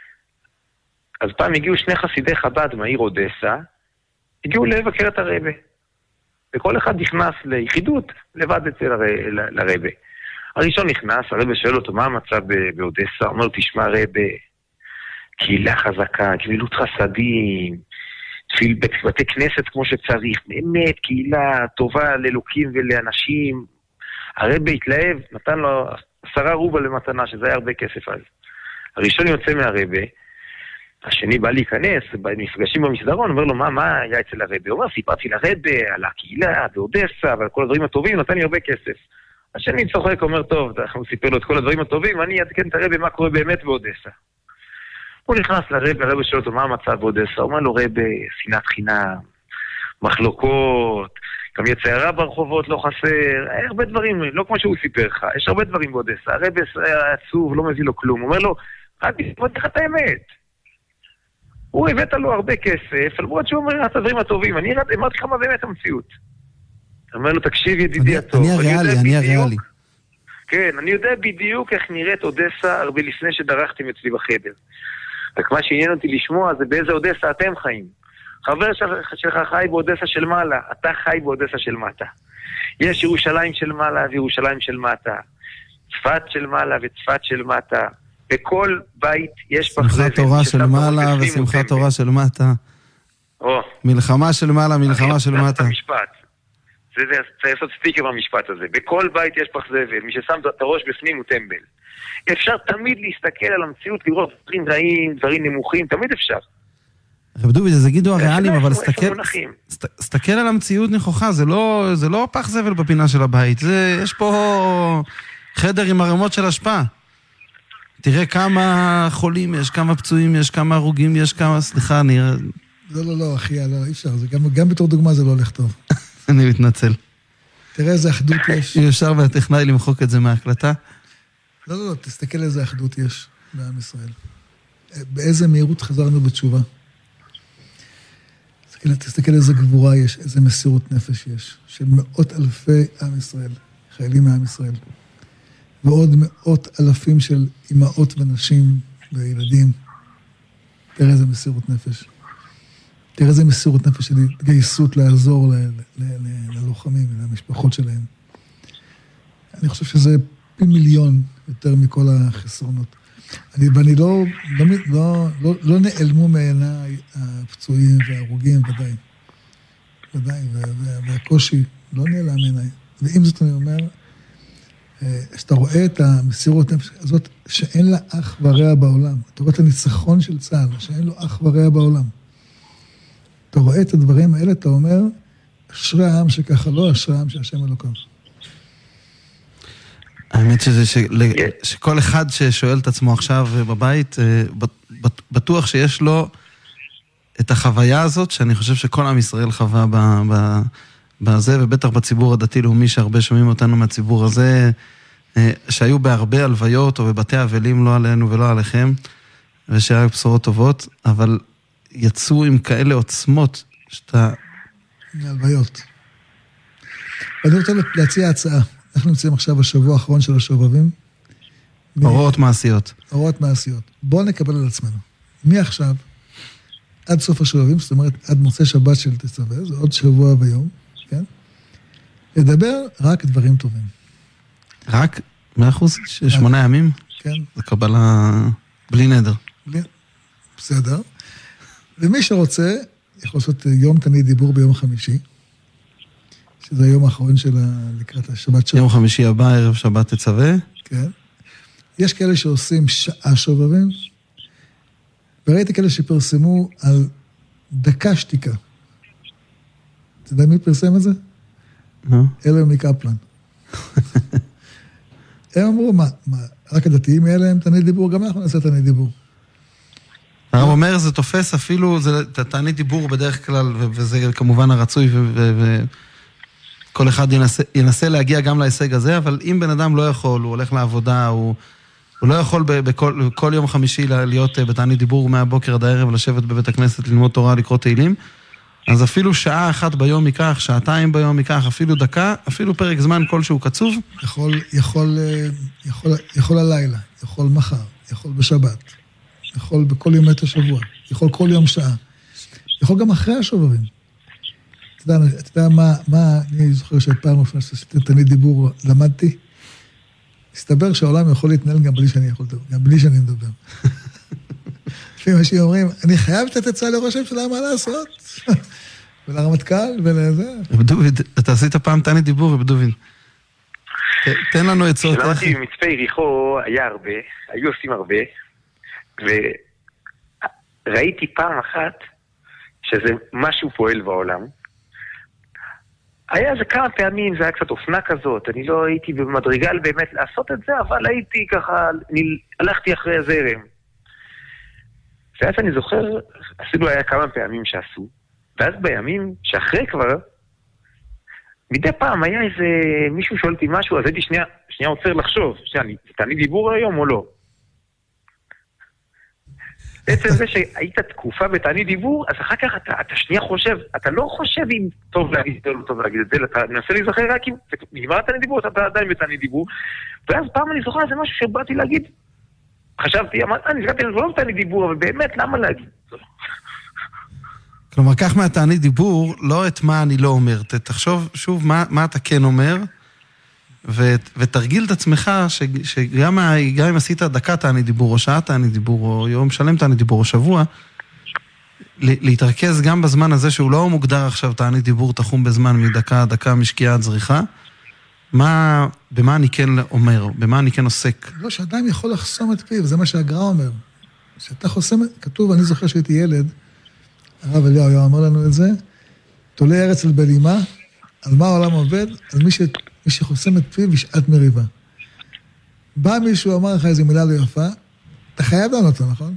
אז פעם הגיעו 2 חסידי חב"ד מהעיר אודסה, הגיעו לבקר את הרבי. וכל אחד נכנס ליחידות לבד אצל לרבי. הראשון נכנס, הרבי שואל אותו מה המצב באודסה, אומר לו, תשמע רבי, קהילה חזקה, גמילות חסדים, בתי כנסת כמו שצריך, באמת קהילה טובה לאלוקים ולאנשים. הרבי התלהב, נתן לו 10 רובל למתנה, שזה היה הרבה כסף אז. הראשון יוצא מהרבי, השני בא להיכנס, נפגשים במסדרון, אומר לו, מה היה אצל הרבי? הוא אומר, סיפרתי לרבי על הקהילה באודסה ועל כל הדברים הטובים, נתן לי הרבה כסף. השני צוחק, אומר, טוב, הוא סיפר לו את כל הדברים הטובים, אני אעדכן את הרבי מה קורה באמת באודסה. הוא נכנס לרבי, הרבי שואל אותו מה המצב באודסה, הוא אומר לו, רבי, שנאת חינם, מחלוקות, גם יצרה ברחובות לא חסר, הרבה דברים, לא כמו שהוא סיפר לך, יש הרבה דברים באודסה, הרבי עצוב, לא מביא לו כלום, הוא אומר לו, אני אספר לך את האמת. הוא הבאת לו הרבה כסף, למרות שהוא אומר את הדברים הטובים, אני אמרתי לך מה באמת המציאות. הוא אומר לו, תקשיב ידידי הטוב. אני הריאלי. כן, אני יודע בדיוק איך נראית אודסה הרבה לפני שדרכתם אצלי בחדר. רק מה שעניין אותי לשמוע זה באיזה אודסה אתם חיים. חבר שלך חי באודסה של מעלה, אתה חי באודסה של מטה. יש ירושלים של מעלה וירושלים של מטה. צפת של מעלה וצפת של מטה. בכל בית יש פח זבל. שמחת תורה של מעלה ושמחת תורה של מטה. מלחמה של מעלה, מלחמה של מטה. זה צריך לעשות סטיקר במשפט הזה. בכל בית יש פח זבל. מי ששם את הראש בפנים הוא טמבל. אפשר תמיד להסתכל על המציאות, לראות דברים רעים, דברים נמוכים, תמיד אפשר. רב דובי, זה גידו הריאלים, אבל סתכל על המציאות נכוחה, זה לא פח זבל בפינה של הבית, יש פה חדר עם הרמות של השפעה. תראה כמה חולים יש, כמה פצועים יש, כמה הרוגים יש, כמה, סליחה, אני... לא, אחי, לא, אי אפשר, גם בתור דוגמה זה לא הולך טוב. אני מתנצל. תראה איזה אחדות יש. אם אפשר והטכנאי למחוק את זה מההקלטה. לא, תסתכל איזה אחדות יש בעם ישראל. באיזה מהירות חזרנו בתשובה. תסתכל איזה גבורה יש, איזה מסירות נפש יש, של 100,000 עם ישראל, חיילים מעם ישראל, ועוד 100,000 של אמהות ונשים וילדים. תראה איזה מסירות נפש. תראה איזה מסירות נפש של התגייסות לעזור ללוחמים, למשפחות שלהם. אני חושב שזה פי מיליון יותר מכל החסרונות. ואני לא נעלמו מעיניי הפצועים וההרוגים, ודאי, והקושי לא נעלם מעיניי. ועם זאת אני אומר, שאתה רואה את המסירות נפש הזאת, שאין לה אח ורע בעולם. אתה רואה את הניצחון של צה"ל, שאין לו אח ורע בעולם. אתה רואה את הדברים האלה, אתה אומר, אשרי העם שככה לא, אשרי העם שהשם אלוקיו. האמת שזה שכל אחד ששואל את עצמו עכשיו בבית, בטוח שיש לו את החוויה הזאת, שאני חושב שכל עם ישראל חווה בזה, ובטח בציבור הדתי-לאומי שהרבה שומעים אותנו מהציבור הזה, שהיו בהרבה הלוויות או בבתי אבלים, לא עלינו ולא עליכם, ושהיו בשורות טובות, אבל יצאו עם כאלה עוצמות שאתה... מהלוויות. אני רוצה להציע הצעה. אנחנו נמצאים עכשיו בשבוע האחרון של השובבים. הוראות מעשיות. הוראות מעשיות. בואו נקבל על עצמנו. מעכשיו, עד סוף השובבים, זאת אומרת, עד מוצאי שבת של תצווה, זה עוד שבוע ויום, כן? לדבר רק דברים טובים. רק? 100%? 8 ימים? כן. זה קבלה בלי נדר. בסדר. ומי שרוצה, יכול לעשות יום תענית דיבור ביום חמישי, שזה היום האחרון של לקראת השבת שבת. יום חמישי הבא, ערב שבת תצווה. כן. יש כאלה שעושים שעה שובבים, וראיתי כאלה שפרסמו על דקה שתיקה. אתה יודע מי פרסם את זה? אלו מקפלן. הם אמרו, מה, רק הדתיים האלה הם תענית דיבור, גם אנחנו נעשה תענית דיבור. הרב אומר, זה תופס אפילו, זה תענית דיבור בדרך כלל, וזה כמובן הרצוי, וכל אחד ינסה להגיע גם להישג הזה, אבל אם בן אדם לא יכול, הוא הולך לעבודה, הוא לא יכול בכל יום חמישי להיות בתענית דיבור מהבוקר עד הערב, לשבת בבית הכנסת, ללמוד תורה, לקרוא תהילים, אז אפילו שעה אחת ביום ייקח, שעתיים ביום ייקח, אפילו דקה, אפילו פרק זמן כלשהו קצוב. יכול הלילה, יכול מחר, יכול בשבת, יכול בכל יום את השבוע, יכול כל יום שעה, יכול גם אחרי השובבים. אתה יודע מה, אני זוכר שפעם לפני שעשיתי תענית דיבור, למדתי, הסתבר שהעולם יכול להתנהל גם בלי שאני יכול לדבר, גם בלי שאני מדבר. לפי מה שאומרים, אני חייב לתת עצה לראש הממשלה מה לעשות, ולרמטכ"ל ולזה. בדוביד, אתה עשית פעם תענית דיבור, בדוביד. תן לנו עצות. כשלמדתי במצפה יריחו היה הרבה, היו עושים הרבה, וראיתי פעם אחת שזה משהו פועל בעולם. היה זה כמה פעמים, זה היה קצת אופנה כזאת, אני לא הייתי במדרגל באמת לעשות את זה, אבל הייתי ככה, הלכתי אחרי הזרם. ואז אני זוכר, אפילו היה כמה פעמים שעשו, ואז בימים שאחרי כבר, מדי פעם היה איזה מישהו שואל אותי משהו, אז הייתי שנייה עוצר לחשוב, זה תענית דיבור היום או לא? בעצם זה שהיית תקופה בתענית דיבור, אז אחר כך אתה שנייה חושב, אתה לא חושב אם טוב להגיד את זה או לא טוב להגיד את זה, אתה מנסה להיזכר רק אם נגמר תענית דיבור, אתה עדיין בתענית דיבור, ואז פעם אני זוכר, זה משהו שבאתי להגיד, חשבתי, אני זכרתי, אני לא בתענית דיבור, אבל באמת, למה להגיד? כלומר, כך מהתענית דיבור, לא את מה אני לא אומר, תחשוב שוב מה אתה כן אומר, ותרגיל את עצמך שגם אם עשית דקה תענית דיבור, או שעה תענית דיבור, או יום שלם תענית דיבור, או שבוע, להתרכז גם בזמן הזה שהוא לא מוגדר עכשיו תענית דיבור תחום בזמן מדקה, דקה, משקיעה עד זריחה, במה אני כן אומר, במה אני כן עוסק. לא, שאדם יכול לחסום את פיו, זה מה שהגר"א אומר. שאתה חוסם, כתוב, אני זוכר שהייתי ילד, הרב אליהו אמר לנו את זה, תולה ארץ על בלימה, על מה העולם עובד? על מי שחוסם את פיו בשעת מריבה. בא מישהו, אמר לך איזו מילה לא יפה, אתה חייב לענות לו, נכון?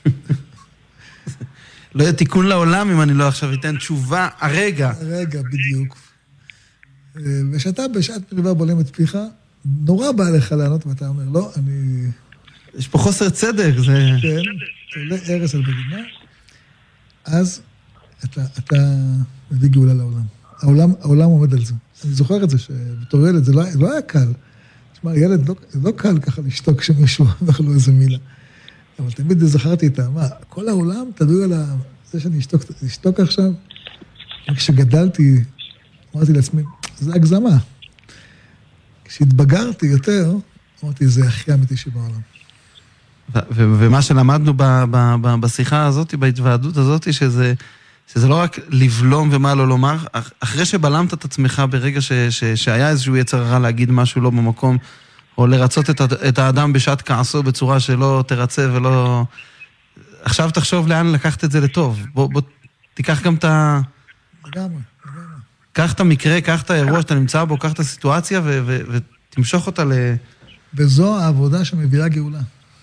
לא יהיה תיקון לעולם אם אני לא עכשיו אתן תשובה הרגע. הרגע, בדיוק. ושאתה בשעת מריבה בולם את פיך, נורא בא לך לענות, ואתה אומר, לא, אני... יש פה חוסר צדק, זה... כן, תולה ארץ על בלימה, אז אתה מביא גאולה לעולם. העולם עומד על זה. אני זוכר את זה, שבתור ילד זה לא היה קל. תשמע, ילד לא קל ככה לשתוק כשמישהו אמר לו איזה מילה. אבל תמיד זכרתי איתה, מה, כל העולם תלוי על זה שאני אשתוק עכשיו, כשגדלתי, אמרתי לעצמי, זה הגזמה. כשהתבגרתי יותר, אמרתי, זה הכי אמיתי שבעולם. ומה שלמדנו בשיחה הזאת, בהתוועדות הזאת, שזה לא רק לבלום ומה לא לומר, אחרי שבלמת את עצמך ברגע שהיה איזשהו יצר רע להגיד משהו לא במקום, או לרצות את האדם בשעת כעסו בצורה שלא תרצה ולא... עכשיו תחשוב לאן לקחת את זה לטוב. בוא תיקח גם את ה... לגמרי. קח את המקרה, קח את האירוע שאתה נמצא בו, קח את הסיטואציה ותמשוך אותה וזו העבודה שמביאה גאולה.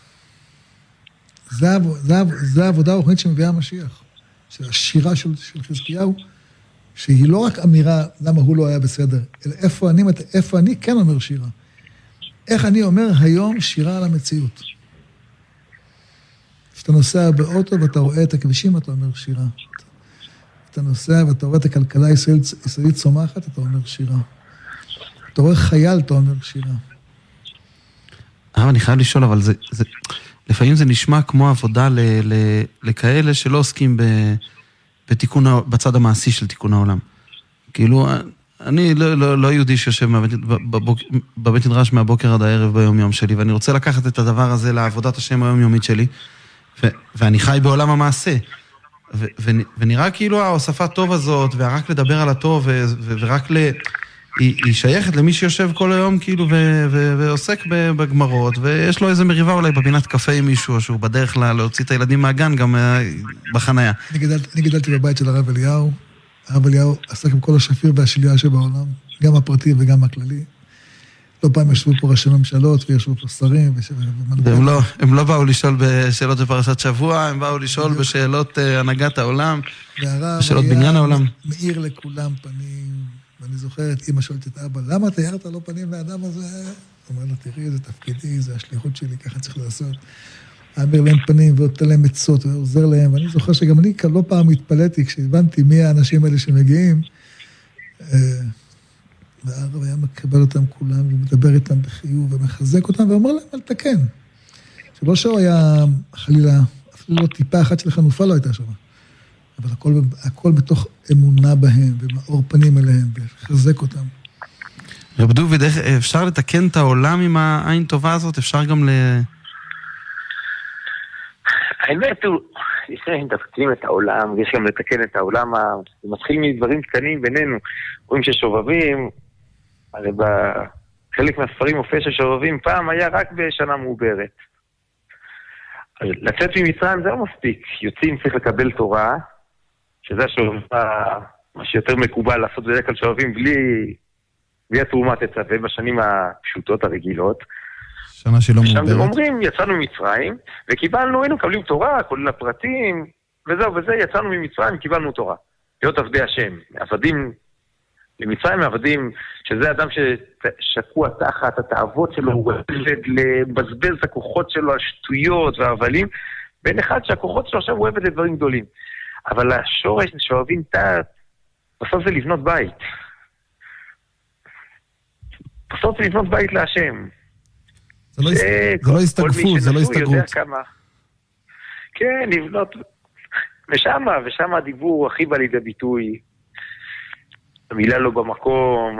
זה העבודה הרוחנית שמביאה המשיח. שהשירה של חזקיהו, שהיא לא רק אמירה למה הוא לא היה בסדר, אלא איפה אני כן אומר שירה. איך אני אומר היום שירה על המציאות. כשאתה נוסע באוטו ואתה רואה את הכבישים, אתה אומר שירה. אתה נוסע ואתה רואה את הכלכלה הישראלית צומחת, אתה אומר שירה. אתה רואה חייל, אתה אומר שירה. אני חייב לשאול, אבל לפעמים זה נשמע כמו עבודה לכאלה שלא עוסקים בצד המעשי של תיקון העולם. כאילו, אני לא יהודי שיושב בבית מדרש מהבוקר עד הערב ביום יום שלי, ואני רוצה לקחת את הדבר הזה לעבודת השם היום יומית שלי, ואני חי בעולם המעשה. ונראה כאילו ההוספת טוב הזאת, ורק לדבר על הטוב, ורק היא שייכת למי שיושב כל היום כאילו ועוסק בגמרות, ויש לו איזה מריבה אולי בבינת קפה עם מישהו, שהוא בדרך להוציא את הילדים מהגן גם בחנייה. אני גדלתי בבית של הרב אליהו. הרב אליהו עסק עם כל השפיר והשלייה שבעולם, גם הפרטי וגם הכללי. לא פעם ישבו פה ראשי ממשלות וישבו פה שרים. הם לא באו לשאול בשאלות בפרשת שבוע, הם באו לשאול בשאלות הנהגת העולם, בשאלות בניין העולם. מאיר לכולם פנים, ואני זוכר את אמא שואלת את אבא, למה אתה ירת לו פנים לאדם הזה? הוא אומר לה, תראי, זה תפקידי, זה השליחות שלי, ככה צריך לעשות. אמר להם פנים ועוטה להם עצות ועוזר להם, ואני זוכר שגם אני לא פעם התפלאתי כשהבנתי מי האנשים האלה שמגיעים, והרב היה מקבל אותם כולם ומדבר איתם בחיוב ומחזק אותם ואומר להם על תקן. שלא שהוא היה חלילה, אפילו לא טיפה אחת של חנופה לא הייתה שם. אבל הכל בתוך אמונה בהם ומאור פנים אליהם וחזק אותם. רב דוד, אפשר לתקן את העולם עם העין טובה הזאת? אפשר גם האמת הוא, לפני שמתקנים את העולם, יש גם לתקן את העולם, זה מתחיל מדברים קטנים בינינו. רואים ששובבים, הרי בחלק מהספרים מופיע ששובבים פעם היה רק בשנה מעוברת. אז לצאת ממצרים זה לא מספיק. יוצאים צריך לקבל תורה, שזה מה שיותר מקובל לעשות בדרך כלל שובבים בלי התרומת תצווה בשנים הפשוטות הרגילות. שנה שלא מעוברת. עכשיו אומרים, יצאנו ממצרים, וקיבלנו, היינו מקבלים תורה, כולל הפרטים, וזהו, וזה, יצאנו ממצרים, קיבלנו תורה. להיות עבדי השם. עבדים למצרים, עבדים, שזה אדם ששקוע תחת התאוות שלו, הוא אוהב לבזבז את הכוחות שלו על שטויות והבלים, בין אחד שהכוחות שלו עכשיו הוא אוהב את דברים גדולים. אבל השורש שאוהבים תת, בסוף זה לבנות בית. בסוף זה לבנות בית להשם. זה לא הסתגפות, זה לא הסתגרות. כן, לבנות. ושם הדיבור הכי בא לידי ביטוי. המילה לא במקום,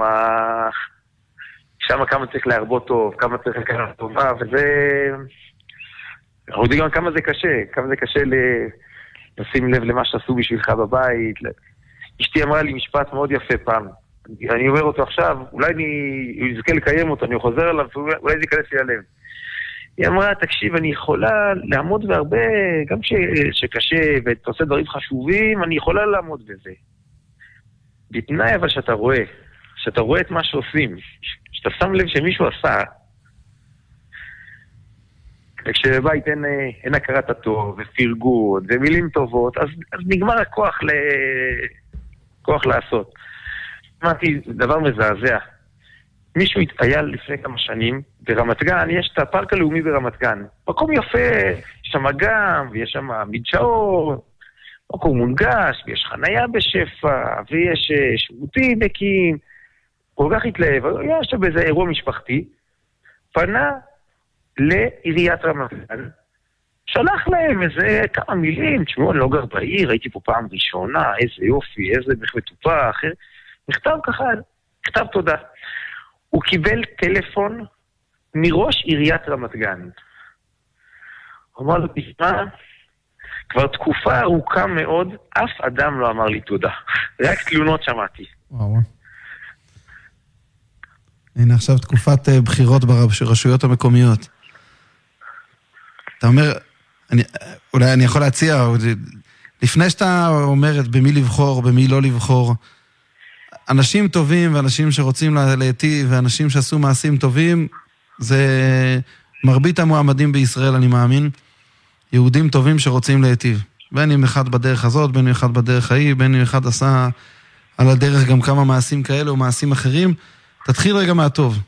שם כמה צריך להרבות טוב, כמה צריך לקחת טובה, וזה... אנחנו יודעים גם כמה זה קשה לשים לב למה שעשו בשבילך בבית. אשתי אמרה לי משפט מאוד יפה פעם. אני אומר אותו עכשיו, אולי אני אזכה לקיים אותו, אני חוזר עליו, אולי זה ייכנס לי הלב. היא אמרה, תקשיב, אני יכולה לעמוד בהרבה, גם שקשה ואתה עושה דברים חשובים, אני יכולה לעמוד בזה. בתנאי אבל שאתה רואה את מה שעושים, שאתה שם לב שמישהו עשה, וכשבבית אין הכרת הטוב ופרגוד ומילים טובות, אז נגמר הכוח לעשות. אמרתי, דבר מזעזע. מישהו התפייל לפני כמה שנים, ברמת גן, יש את הפארק הלאומי ברמת גן. מקום יפה, יש שם אגם, ויש שם מדשאות, מקום מונגש, ויש חנייה בשפע, ויש שירותים דקים. כל כך התלהב, יש שם באיזה אירוע משפחתי, פנה לעיריית רמת גן, שלח להם איזה כמה מילים, תשמעו, אני לא גר בעיר, הייתי פה פעם ראשונה, איזה יופי, איזה מטופח, נכתב ככה, כתב תודה. הוא קיבל טלפון מראש עיריית רמת גן. הוא אמר לו, תשמע, כבר תקופה ארוכה מאוד, אף אדם לא אמר לי תודה. רק תלונות שמעתי. וואו. הנה עכשיו תקופת בחירות ברשויות המקומיות. אתה אומר, אולי אני יכול להציע, לפני שאתה אומרת במי לבחור, במי לא לבחור, אנשים טובים ואנשים שרוצים להיטיב ואנשים שעשו מעשים טובים, זה מרבית המועמדים בישראל, אני מאמין, יהודים טובים שרוצים להיטיב. בין אם אחד בדרך הזאת, בין אם אחד בדרך ההיא, בין אם אחד עשה על הדרך גם כמה מעשים כאלה או מעשים אחרים. תתחיל רגע מהטוב.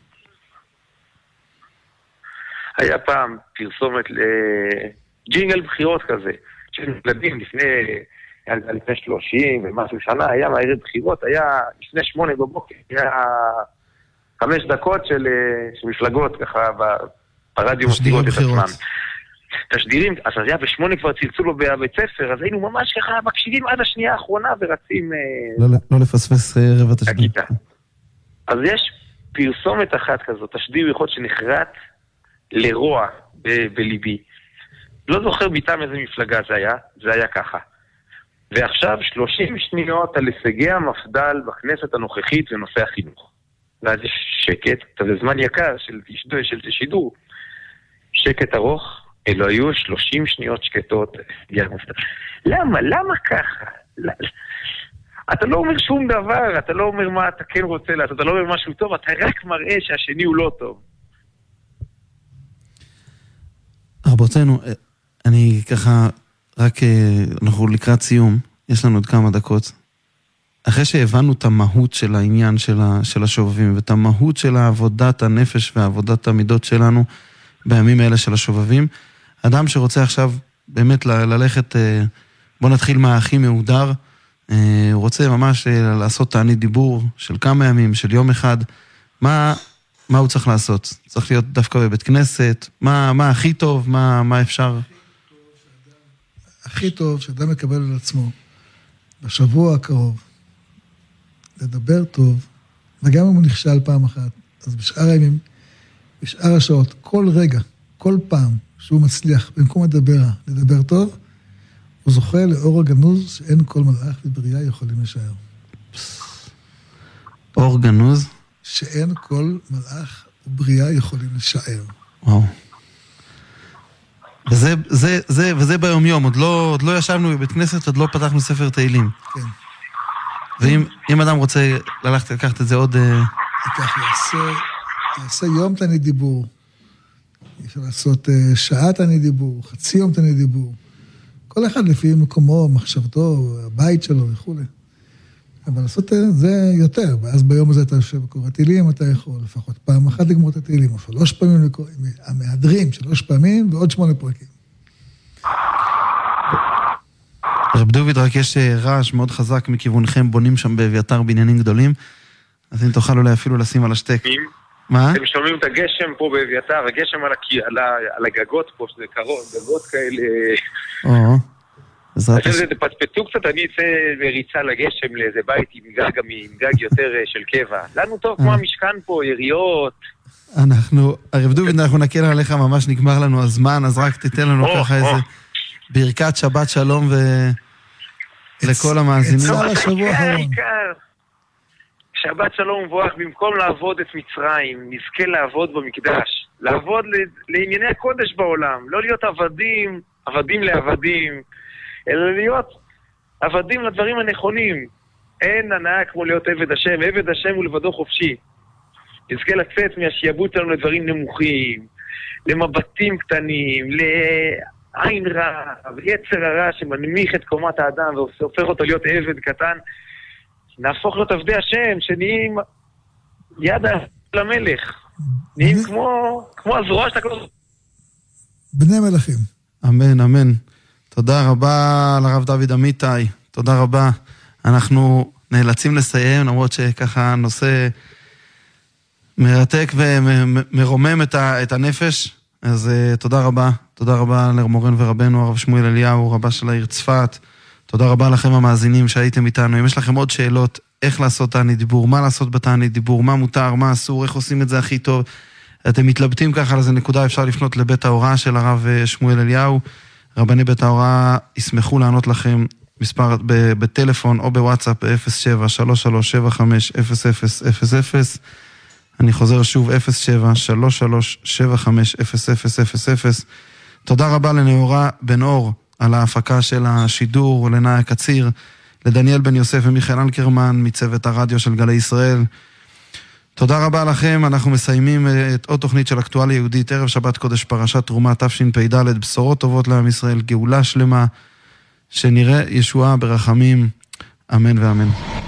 היה פעם פרסומת לג'ינגל בחירות כזה, שנולדים לפני 30 ומשהו שנה, היה מערכת בחירות, היה לפני 8 בבוקר, היה 5 דקות של מפלגות ככה ברדיו מציגות את עצמם. תשדירים, אז היה ב8 כבר צלצו לו בבית ספר, אז היינו ממש ככה מקשיבים עד השנייה האחרונה ורצים... לא לפספס רבע תשדיר. אז יש פרסומת אחת כזאת, תשדיר יכול שנחרט לרוע בליבי. לא זוכר ביתם איזה מפלגה זה היה ככה. ועכשיו 30 שניות על הישגי המפד"ל בכנסת הנוכחית לנושא החינוך. ואז יש שקט, זה זמן יקר של שידור. שקט ארוך, אלו היו 30 שניות שקטות. למה ככה? אתה לא אומר שום דבר, אתה לא אומר מה אתה כן רוצה לעשות, אתה לא אומר משהו טוב, אתה רק מראה שהשני הוא לא טוב. רבותינו, אני ככה, אנחנו לקראת סיום, יש לנו עוד כמה דקות. אחרי שהבנו את המהות של העניין של השובבים, ואת המהות של עבודת הנפש ועבודת המידות שלנו בימים האלה של השובבים, אדם שרוצה עכשיו באמת ללכת, בוא נתחיל מהכי מהודר, הוא רוצה ממש לעשות תענית דיבור של כמה ימים, של יום אחד, מה הוא צריך לעשות? צריך להיות דווקא בבית כנסת? מה הכי טוב? מה אפשר? הכי טוב שאדם מקבל על עצמו בשבוע הקרוב לדבר טוב, וגם אם הוא נכשל פעם אחת, אז בשאר הימים, בשאר השעות, כל רגע, כל פעם שהוא מצליח במקום לדבר טוב, הוא זוכה לאור הגנוז שאין כל מלאך ובריאה יכולים לשער. אור גנוז? שאין כל מלאך ובריאה יכולים לשער. וואו. וזה ביום יום, עוד לא ישבנו בבית כנסת, עוד לא פתחנו ספר תהילים. כן. ואם אדם רוצה ללכת לקחת את זה עוד... יעשה יום תענית דיבור. אפשר לעשות שעה תענית דיבור, חצי יום תענית דיבור. כל אחד לפי מקומו, מחשבתו, הבית שלו וכו'. אבל לעשות זה יותר, ואז ביום הזה אתה יושב וקורא תהילים, אתה יכול לפחות פעם אחת לגמור את התהילים, או 3 פעמים, המהדרים 3 פעמים ועוד 8 פרקים. רב דוד, רק יש רעש מאוד חזק מכיוונכם, בונים שם באביתר בניינים גדולים, אז אם תוכל אולי אפילו לשים על השתק. מה? אתם שומעים את הגשם פה באביתר, הגשם על הגגות פה, שזה קרוב, גגות כאלה... אז תפצפצו קצת, אני אצא בריצה לגשם לאיזה בית עם גג יותר של קבע. לנו טוב כמו המשכן פה, יריות. הרב דוד, אנחנו נקל עליך, ממש נגמר לנו הזמן, אז רק תיתן לנו ככה איזה ברכת שבת שלום לכל המאזינים. שבת שלום מבורך, במקום לעבוד את מצרים, נזכה לעבוד במקדש, לעבוד לענייני הקודש בעולם, לא להיות עבדים לעבדים, אלא להיות עבדים לדברים הנכונים. אין הנאה כמו להיות עבד השם, עבד השם הוא לבדו חופשי. נזכה לצאת מהשייבות שלנו לדברים נמוכים, למבטים קטנים, לעין רע, ויצר הרע שמנמיך את קומת האדם והופך אותו להיות עבד קטן. נהפוך להיות עבדי השם, שנהיים יד למלך. נהיים כמו הזרוע של הקדוש. בני מלכים. אמן, אמן. תודה רבה לרב דוד אמיתי, תודה רבה. אנחנו נאלצים לסיים, למרות שככה נושא מרתק ומרומם את הנפש, אז תודה רבה. תודה רבה למורן ורבנו הרב שמואל אליהו, רבה של העיר צפת. תודה רבה לכם המאזינים שהייתם איתנו. אם יש לכם עוד שאלות, איך לעשות תענית דיבור, מה לעשות בתענית דיבור, מה מותר, מה אסור, איך עושים את זה הכי טוב, אתם מתלבטים ככה על איזה נקודה, אפשר לפנות לבית ההוראה של הרב שמואל אליהו. רבני בית ההוראה ישמחו לענות לכם מספר בטלפון או בוואטסאפ 07-3375-0000. אני חוזר שוב 07-3375-0000. תודה רבה לנאורה בן אור על ההפקה של השידור, לנאיה קציר, לדניאל בן יוסף ומיכאל אנקרמן מצוות הרדיו של גלי ישראל. תודה רבה לכם, אנחנו מסיימים את עוד תוכנית של אקטואליה יהודית, ערב שבת קודש פרשת תרומה תשפ"ד, בשורות טובות לעם ישראל, גאולה שלמה, שנראה ישועה ברחמים, אמן ואמן.